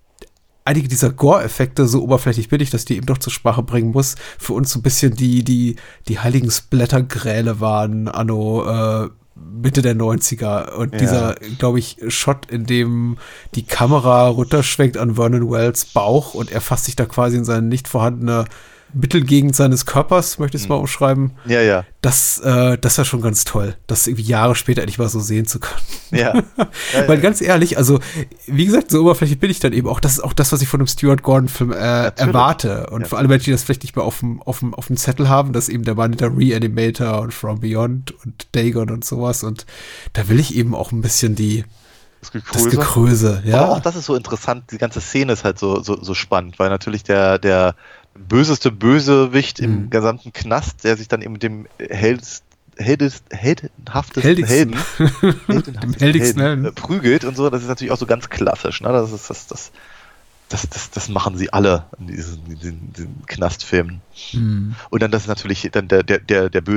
einige dieser Gore-Effekte so oberflächlich bin ich, dass die eben doch zur Sprache bringen muss, für uns so ein bisschen die, die, die heiligen Splattergräle waren anno äh, Mitte der neunziger. Und ja. dieser, glaube ich, Shot, in dem die Kamera runterschwenkt an Vernon Wells Bauch und er fasst sich da quasi in seine nicht vorhandene Mittelgegend seines Körpers, möchte ich es mal umschreiben. Ja, ja. Das, äh, das war schon ganz toll, das irgendwie Jahre später endlich mal so sehen zu können. Ja. ja Weil ja. ganz ehrlich, also, wie gesagt, so oberflächlich bin ich dann eben auch. Das ist auch das, was ich von einem Stuart Gordon-Film äh, erwarte. Und ja. für alle Menschen, die das vielleicht nicht mehr auf dem, auf dem, auf dem Zettel haben, dass eben der Mann hinter Reanimator und From Beyond und Dagon und sowas. Und da will ich eben auch ein bisschen die Das Gekröse. Das Gekröse, ja. Aber auch das ist so interessant, die ganze Szene ist halt so, so, so spannend, weil natürlich der, der böseste Bösewicht mhm. im gesamten Knast, der sich dann eben mit dem Heldest, Heldest, heldenhaftesten Helden, heldenhaftesten heldigsten Helden äh, prügelt und so, das ist natürlich auch so ganz klassisch, ne? Das ist das, das, das, das, das machen sie alle in diesen, diesen, diesen Knastfilmen. Mhm. Und dann das ist natürlich dann der, der, der, der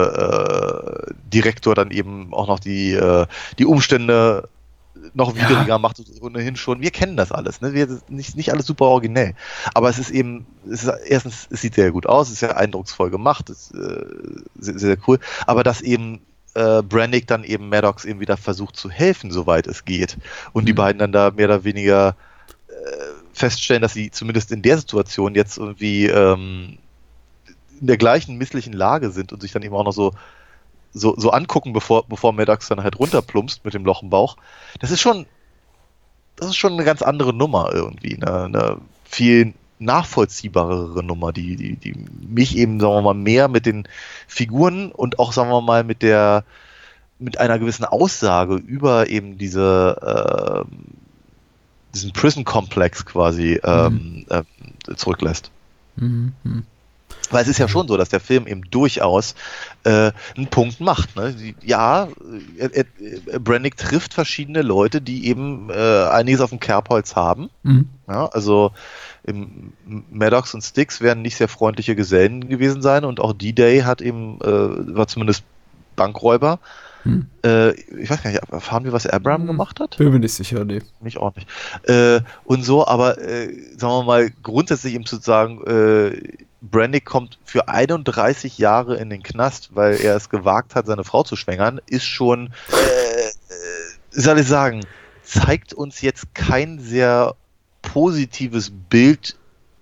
böse äh, Direktor dann eben auch noch die, äh, die Umstände noch widriger ja. macht ohnehin schon. Wir kennen das alles, ne? Wir sind nicht, nicht alles super originell. Aber es ist eben, es ist, erstens, es sieht sehr gut aus, es ist sehr eindrucksvoll gemacht, es ist äh, sehr, sehr cool. Aber dass eben äh, Brannick dann eben Maddox eben wieder versucht zu helfen, soweit es geht. Und mhm. die beiden dann da mehr oder weniger äh, feststellen, dass sie zumindest in der Situation jetzt irgendwie ähm, in der gleichen misslichen Lage sind und sich dann eben auch noch so So, so angucken, bevor, bevor Maddox dann halt runterplumpst mit dem Loch im Bauch. Das ist schon, das ist schon eine ganz andere Nummer irgendwie, eine, eine viel nachvollziehbarere Nummer, die, die, die mich eben, sagen wir mal, mehr mit den Figuren und auch, sagen wir mal, mit der, mit einer gewissen Aussage über eben diese, äh, diesen Prison-Komplex quasi ähm, mhm. äh, zurücklässt. Mhm. Weil es ist ja schon so, dass der Film eben durchaus äh, einen Punkt macht. Ne? Ja, er, er, Brannick trifft verschiedene Leute, die eben äh, einiges auf dem Kerbholz haben. Mhm. Ja, also im Maddox und Styx werden nicht sehr freundliche Gesellen gewesen sein und auch D-Day hat eben, äh, war zumindest Bankräuber. Hm. Äh, ich weiß gar nicht, erfahren wir, was Abraham hm. gemacht hat? Bin mir nicht sicher, nee. Mich auch nicht. Äh, und so, aber äh, sagen wir mal, grundsätzlich eben zu sagen, äh, Brannick kommt für einunddreißig Jahre in den Knast, weil er es gewagt hat, seine Frau zu schwängern, ist schon, äh, äh, soll ich sagen, zeigt uns jetzt kein sehr positives Bild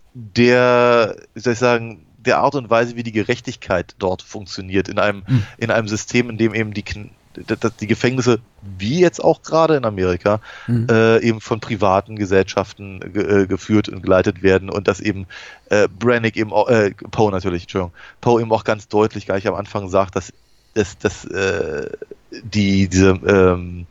der, soll ich sagen, der Art und Weise, wie die Gerechtigkeit dort funktioniert, in einem, mhm. in einem System, in dem eben die, dass die Gefängnisse, wie jetzt auch gerade in Amerika, mhm. äh, eben von privaten Gesellschaften ge- äh, geführt und geleitet werden und dass eben äh, Brannick eben auch, äh, Poe natürlich, Entschuldigung, Poe eben auch ganz deutlich gleich am Anfang sagt, dass, dass, dass äh, die, diese, ähm,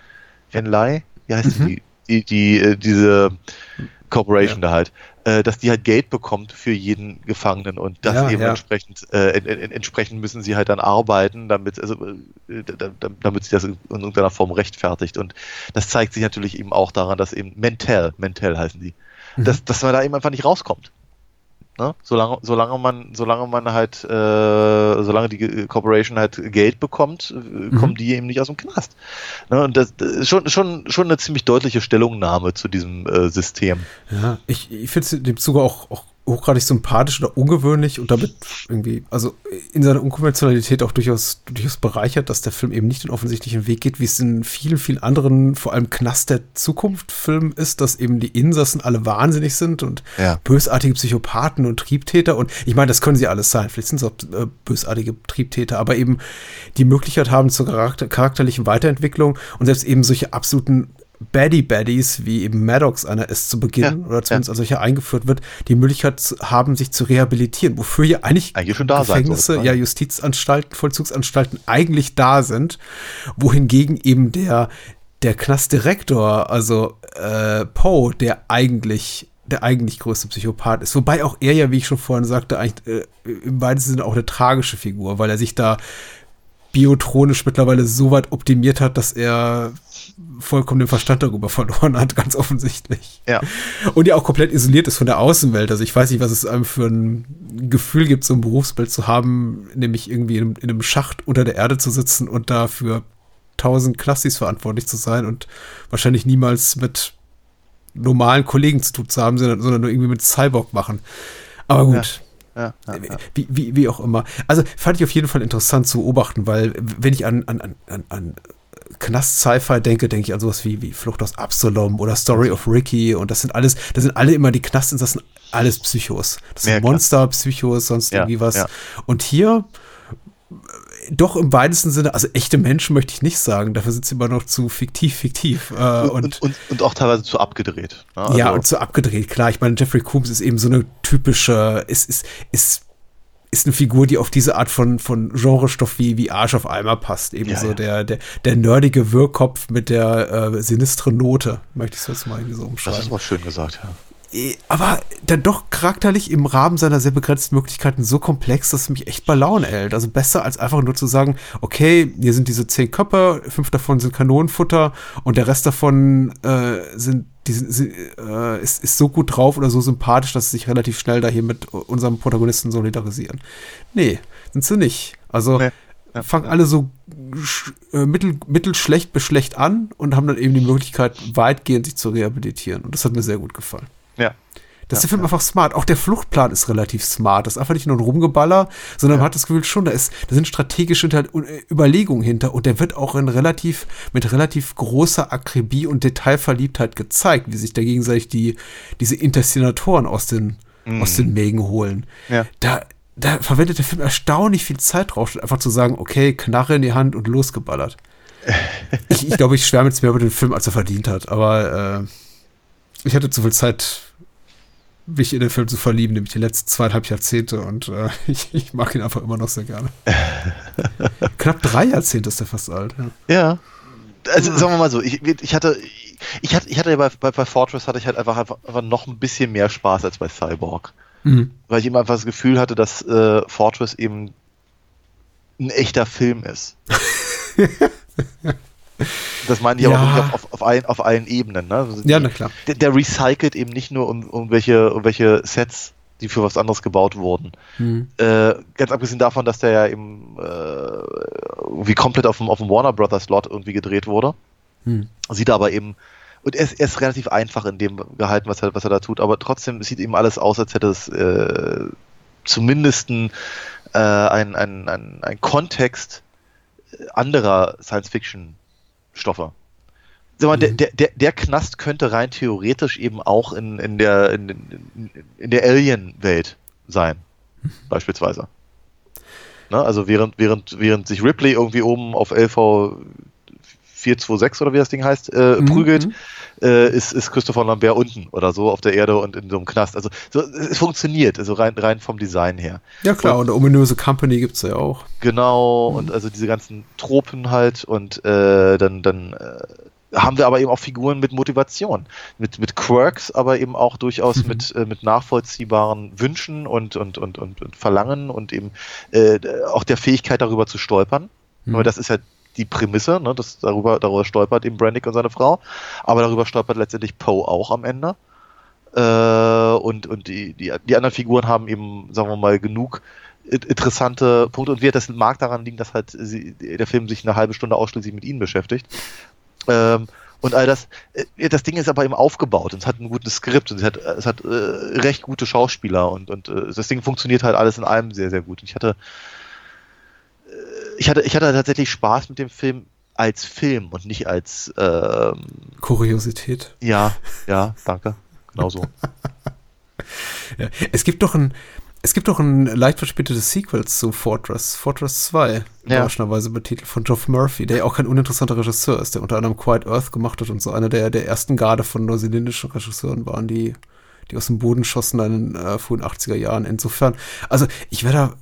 Venlai, wie heißt mhm. die, die, die, äh, diese Corporation ja. da halt, äh, dass die halt Geld bekommt für jeden Gefangenen und das ja, eben ja. entsprechend, äh, en, en, entsprechend müssen sie halt dann arbeiten, damit, also, äh, da, damit sich das in irgendeiner Form rechtfertigt und das zeigt sich natürlich eben auch daran, dass eben Mentel, Mentel heißen die, mhm. dass, dass man da eben einfach nicht rauskommt. Ne? Solange, solange man, solange man halt, äh, solange die Corporation halt Geld bekommt, mhm. kommen die eben nicht aus dem Knast. Ne? Und das, das ist schon, schon, schon eine ziemlich deutliche Stellungnahme zu diesem äh, System. Ja, ich, ich finde es in dem Zuge auch, auch hochgradig sympathisch oder ungewöhnlich und damit irgendwie, also in seiner Unkonventionalität auch durchaus, durchaus bereichert, dass der Film eben nicht den offensichtlichen Weg geht, wie es in vielen, vielen anderen, vor allem Knast der Zukunft-Filmen ist, dass eben die Insassen alle wahnsinnig sind und ja. bösartige Psychopathen und Triebtäter und ich meine, das können sie alles sein, vielleicht sind es auch äh, bösartige Triebtäter, aber eben die Möglichkeit haben zur charakter- charakterlichen Weiterentwicklung und selbst eben solche absoluten Baddie-Baddies, wie eben Maddox einer ist zu Beginn, ja, oder zumindest ja. als solcher eingeführt wird, die Möglichkeit zu haben, sich zu rehabilitieren, wofür ja eigentlich, eigentlich schon da Gefängnisse, sein, ja Justizanstalten, Vollzugsanstalten eigentlich da sind, wohingegen eben der, der Knastdirektor, also äh, Poe, der eigentlich der eigentlich größte Psychopath ist. Wobei auch er ja, wie ich schon vorhin sagte, eigentlich äh, im weitesten Sinne auch eine tragische Figur, weil er sich da biotronisch mittlerweile so weit optimiert hat, dass er vollkommen den Verstand darüber verloren hat, ganz offensichtlich. Ja. Und ja auch komplett isoliert ist von der Außenwelt. Also ich weiß nicht, was es einem für ein Gefühl gibt, so ein Berufsbild zu haben, nämlich irgendwie in einem, in einem Schacht unter der Erde zu sitzen und da für tausend Klassis verantwortlich zu sein und wahrscheinlich niemals mit normalen Kollegen zu tun zu haben, sondern, sondern nur irgendwie mit Cyborg machen. Aber gut. Ja. Ja, ja, ja. Wie, wie, wie auch immer. Also fand ich auf jeden Fall interessant zu beobachten, weil wenn ich an, an, an, an Knast-Sci-Fi denke, denke ich an sowas wie, wie Flucht aus Absalom oder Story of Ricky und das sind alles, das sind alle immer die Knastinsassen, alles Psychos. Das sind ja, Monster, Psychos, sonst ja, irgendwie was. Ja. Und hier doch im weitesten Sinne, also echte Menschen möchte ich nicht sagen, dafür sind sie immer noch zu fiktiv, fiktiv. Äh, und, und, und, und auch teilweise zu abgedreht. Ne? Also ja, und zu abgedreht, klar. Ich meine, Jeffrey Combs ist eben so eine typische, ist, ist, ist, ist eine Figur, die auf diese Art von, von Genrestoff wie, wie Arsch auf Eimer passt. Eben ja, so ja. Der, der, der nerdige Wirrkopf mit der äh, sinistren Note, möchte ich es jetzt mal irgendwie so umschreiben. Das ist mal schön gesagt, ja. Aber dann doch charakterlich im Rahmen seiner sehr begrenzten Möglichkeiten so komplex, dass es mich echt bei Laune hält. Also besser als einfach nur zu sagen, okay, hier sind diese zehn Köpfe, fünf davon sind Kanonenfutter und der Rest davon äh, sind, die sind, äh, ist, ist so gut drauf oder so sympathisch, dass sie sich relativ schnell da hier mit unserem Protagonisten solidarisieren. Nee, sind sie nicht. Also nee. Ja. Fangen alle so äh, mittel, mittelschlecht bis schlecht an und haben dann eben die Möglichkeit, weitgehend sich zu rehabilitieren. Und das hat mir sehr gut gefallen. Ja. Das ist der Film ja. einfach smart. Auch der Fluchtplan ist relativ smart. Das ist einfach nicht nur ein Rumgeballer, sondern ja. man hat das Gefühl schon, da ist, da sind strategische Überlegungen hinter und der wird auch in relativ, mit relativ großer Akribie und Detailverliebtheit gezeigt, wie sich da gegenseitig die, diese Interstenatoren aus den, mhm. aus den Mägen holen. Ja. Da, da verwendet der Film erstaunlich viel Zeit drauf, statt einfach zu sagen, okay, Knarre in die Hand und losgeballert. ich, ich glaube, ich schwärme jetzt mehr über den Film, als er verdient hat, aber äh, ich hatte zu viel Zeit, mich in den Film zu verlieben, nämlich die letzten zweieinhalb Jahrzehnte und äh, ich, ich mag ihn einfach immer noch sehr gerne. Knapp drei Jahrzehnte ist der fast alt. Ja, ja. Also sagen wir mal so, ich, ich hatte ich hatte, ich hatte ja bei, bei, bei Fortress hatte ich halt einfach, einfach, einfach noch ein bisschen mehr Spaß als bei Cyborg. Mhm. Weil ich eben einfach das Gefühl hatte, dass äh, Fortress eben ein echter Film ist. Das meine ich ja. aber wirklich auf, auf, auf, allen, auf allen Ebenen. Ne? Also die, ja, na klar. Der, der recycelt eben nicht nur um, um, welche, um welche Sets, die für was anderes gebaut wurden. Mhm. Äh, ganz abgesehen davon, dass der ja eben äh, wie komplett auf dem, auf dem Warner Brothers Lot irgendwie gedreht wurde. Mhm. Sieht aber eben, und er ist, er ist relativ einfach in dem gehalten, was er, was er da tut, aber trotzdem sieht eben alles aus, als hätte es äh, zumindest ein, äh, ein, ein, ein, ein Kontext anderer Science-Fiction Stoffe. Sag mal, mhm. der, der, der Knast könnte rein theoretisch eben auch in, in der, in, in der Alien-Welt sein. Mhm. Beispielsweise. Ne? Also während, während, während sich Ripley irgendwie oben auf L V vier zwei sechs oder wie das Ding heißt, äh, mhm. prügelt, äh, ist, ist Christopher Lambert unten oder so auf der Erde und in so einem Knast. Also so, es funktioniert, also rein, rein vom Design her. Ja klar, und, und eine ominöse Company gibt's ja auch. Genau, mhm. und also diese ganzen Tropen halt und äh, dann, dann äh, haben wir aber eben auch Figuren mit Motivation, mit, mit Quirks, aber eben auch durchaus mhm. mit, äh, mit nachvollziehbaren Wünschen und, und, und, und, und Verlangen und eben äh, auch der Fähigkeit darüber zu stolpern. Mhm. Aber das ist ja die Prämisse, ne, das, darüber, darüber stolpert eben Brannick und seine Frau, aber darüber stolpert letztendlich Poe auch am Ende. Äh, und und die, die, die anderen Figuren haben eben, sagen wir mal, genug interessante Punkte und wird das mag daran liegen, dass halt sie, der Film sich eine halbe Stunde ausschließlich mit ihnen beschäftigt. Ähm, und all das, äh, das Ding ist aber eben aufgebaut und es hat ein gutes Skript und es hat, es hat äh, recht gute Schauspieler und, und äh, das Ding funktioniert halt alles in allem sehr, sehr gut. Und ich hatte Ich hatte, ich hatte tatsächlich Spaß mit dem Film als Film und nicht als ähm, Kuriosität. Ja, ja, danke. Genau so. Ja, es gibt doch ein, es gibt doch ein leicht verspätetes Sequel zu Fortress, Fortress zwei, überraschenderweise betitelt von Geoff Murphy, der ja auch kein uninteressanter Regisseur ist, der unter anderem Quiet Earth gemacht hat und so einer der, der ersten Garde von neuseeländischen Regisseuren waren, die, die aus dem Boden schossen in den äh, frühen achtziger Jahren. Insofern, also ich wäre da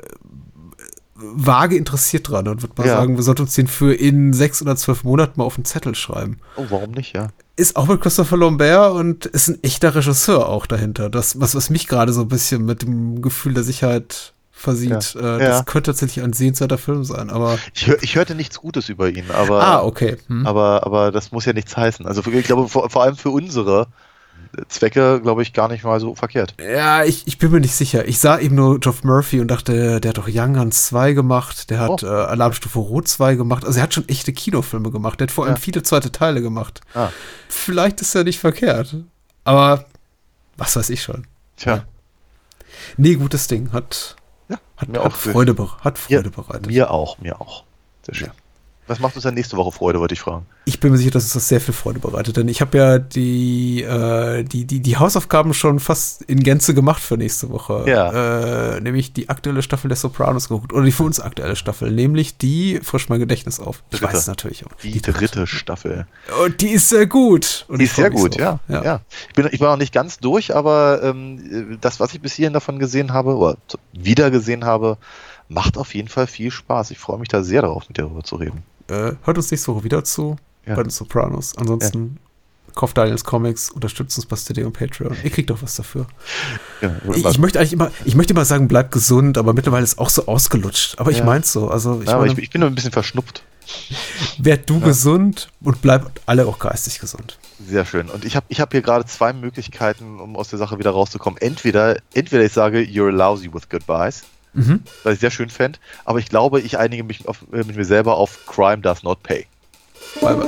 vage interessiert dran und würde mal ja. sagen, wir sollten uns den für in sechs oder zwölf Monaten mal auf den Zettel schreiben. Oh, warum nicht, ja. Ist auch mit Christopher Lambert und ist ein echter Regisseur auch dahinter. Das, was, was mich gerade so ein bisschen mit dem Gefühl der Sicherheit versieht. Ja. Äh, das ja. könnte tatsächlich ein sehenswerter Film sein, aber. Ich, hör, ich hörte nichts Gutes über ihn, aber. Ah, okay. Hm. Aber, aber das muss ja nichts heißen. Also ich glaube, vor, vor allem für unsere Zwecke, glaube ich, gar nicht mal so verkehrt. Ja, ich, ich bin mir nicht sicher. Ich sah eben nur Geoff Murphy und dachte, der hat doch Young Guns zwei gemacht, der hat oh. äh, Alarmstufe Rot zwei gemacht. Also er hat schon echte Kinofilme gemacht. Der hat vor allem ja. viele zweite Teile gemacht. Ah. Vielleicht ist er nicht verkehrt. Aber was weiß ich schon. Tja. Ja. Nee, gutes Ding. Hat, ja, hat, mir hat, auch Freude, hat Freude ja, bereitet. Mir auch, mir auch. Sehr schön. Ja. Was macht uns dann nächste Woche Freude, wollte ich fragen. Ich bin mir sicher, dass uns das sehr viel Freude bereitet, denn ich habe ja die, äh, die, die, die Hausaufgaben schon fast in Gänze gemacht für nächste Woche. Ja. Äh, nämlich die aktuelle Staffel der Sopranos geguckt. Oder die für uns aktuelle Staffel, nämlich die, frisch mein Gedächtnis auf. Ich dritte. weiß es natürlich auch. Die, die dritte. dritte Staffel. Und die ist sehr gut. Und die ist sehr gut, ja, ja. ja. Ich, bin, ich war noch nicht ganz durch, aber ähm, das, was ich bis hierhin davon gesehen habe, oder wieder gesehen habe, macht auf jeden Fall viel Spaß. Ich freue mich da sehr darauf, mit dir darüber zu reden. Äh, hört uns nächste Woche wieder zu ja. bei den Sopranos. Ansonsten ja. kauft Daniels Comics, unterstützt uns bei Steady und Patreon. Ihr kriegt doch was dafür. Ja, ich, ich möchte eigentlich immer, ich möchte immer sagen, bleibt gesund, aber mittlerweile ist auch so ausgelutscht. Aber ich ja. mein's so. Also ich, ja, aber meine, ich, ich bin nur ein bisschen verschnupft. Werd du ja. gesund und bleibt alle auch geistig gesund. Sehr schön. Und ich habe ich hab hier gerade zwei Möglichkeiten, um aus der Sache wieder rauszukommen. Entweder, entweder ich sage, you're lousy with goodbyes. Mhm. Was ich sehr schön fände, aber ich glaube, ich einige mich auf, äh, mit mir selber auf Crime Does Not Pay. Bye bye.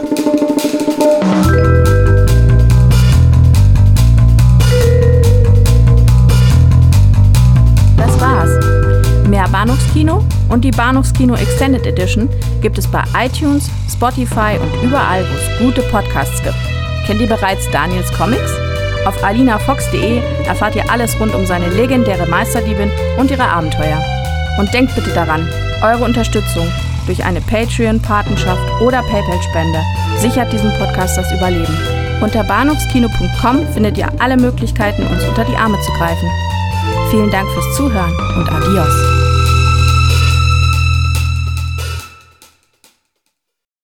Das war's. Mehr Bahnhofskino und die Bahnhofskino Extended Edition gibt es bei iTunes, Spotify und überall, wo es gute Podcasts gibt. Kennt ihr bereits Daniels Comics? Auf alina fox punkt de erfahrt ihr alles rund um seine legendäre Meisterdiebin und ihre Abenteuer. Und denkt bitte daran, eure Unterstützung durch eine Patreon-Patenschaft oder PayPal-Spende sichert diesem Podcast das Überleben. Unter bahnhofskino punkt com findet ihr alle Möglichkeiten, uns unter die Arme zu greifen. Vielen Dank fürs Zuhören und adios.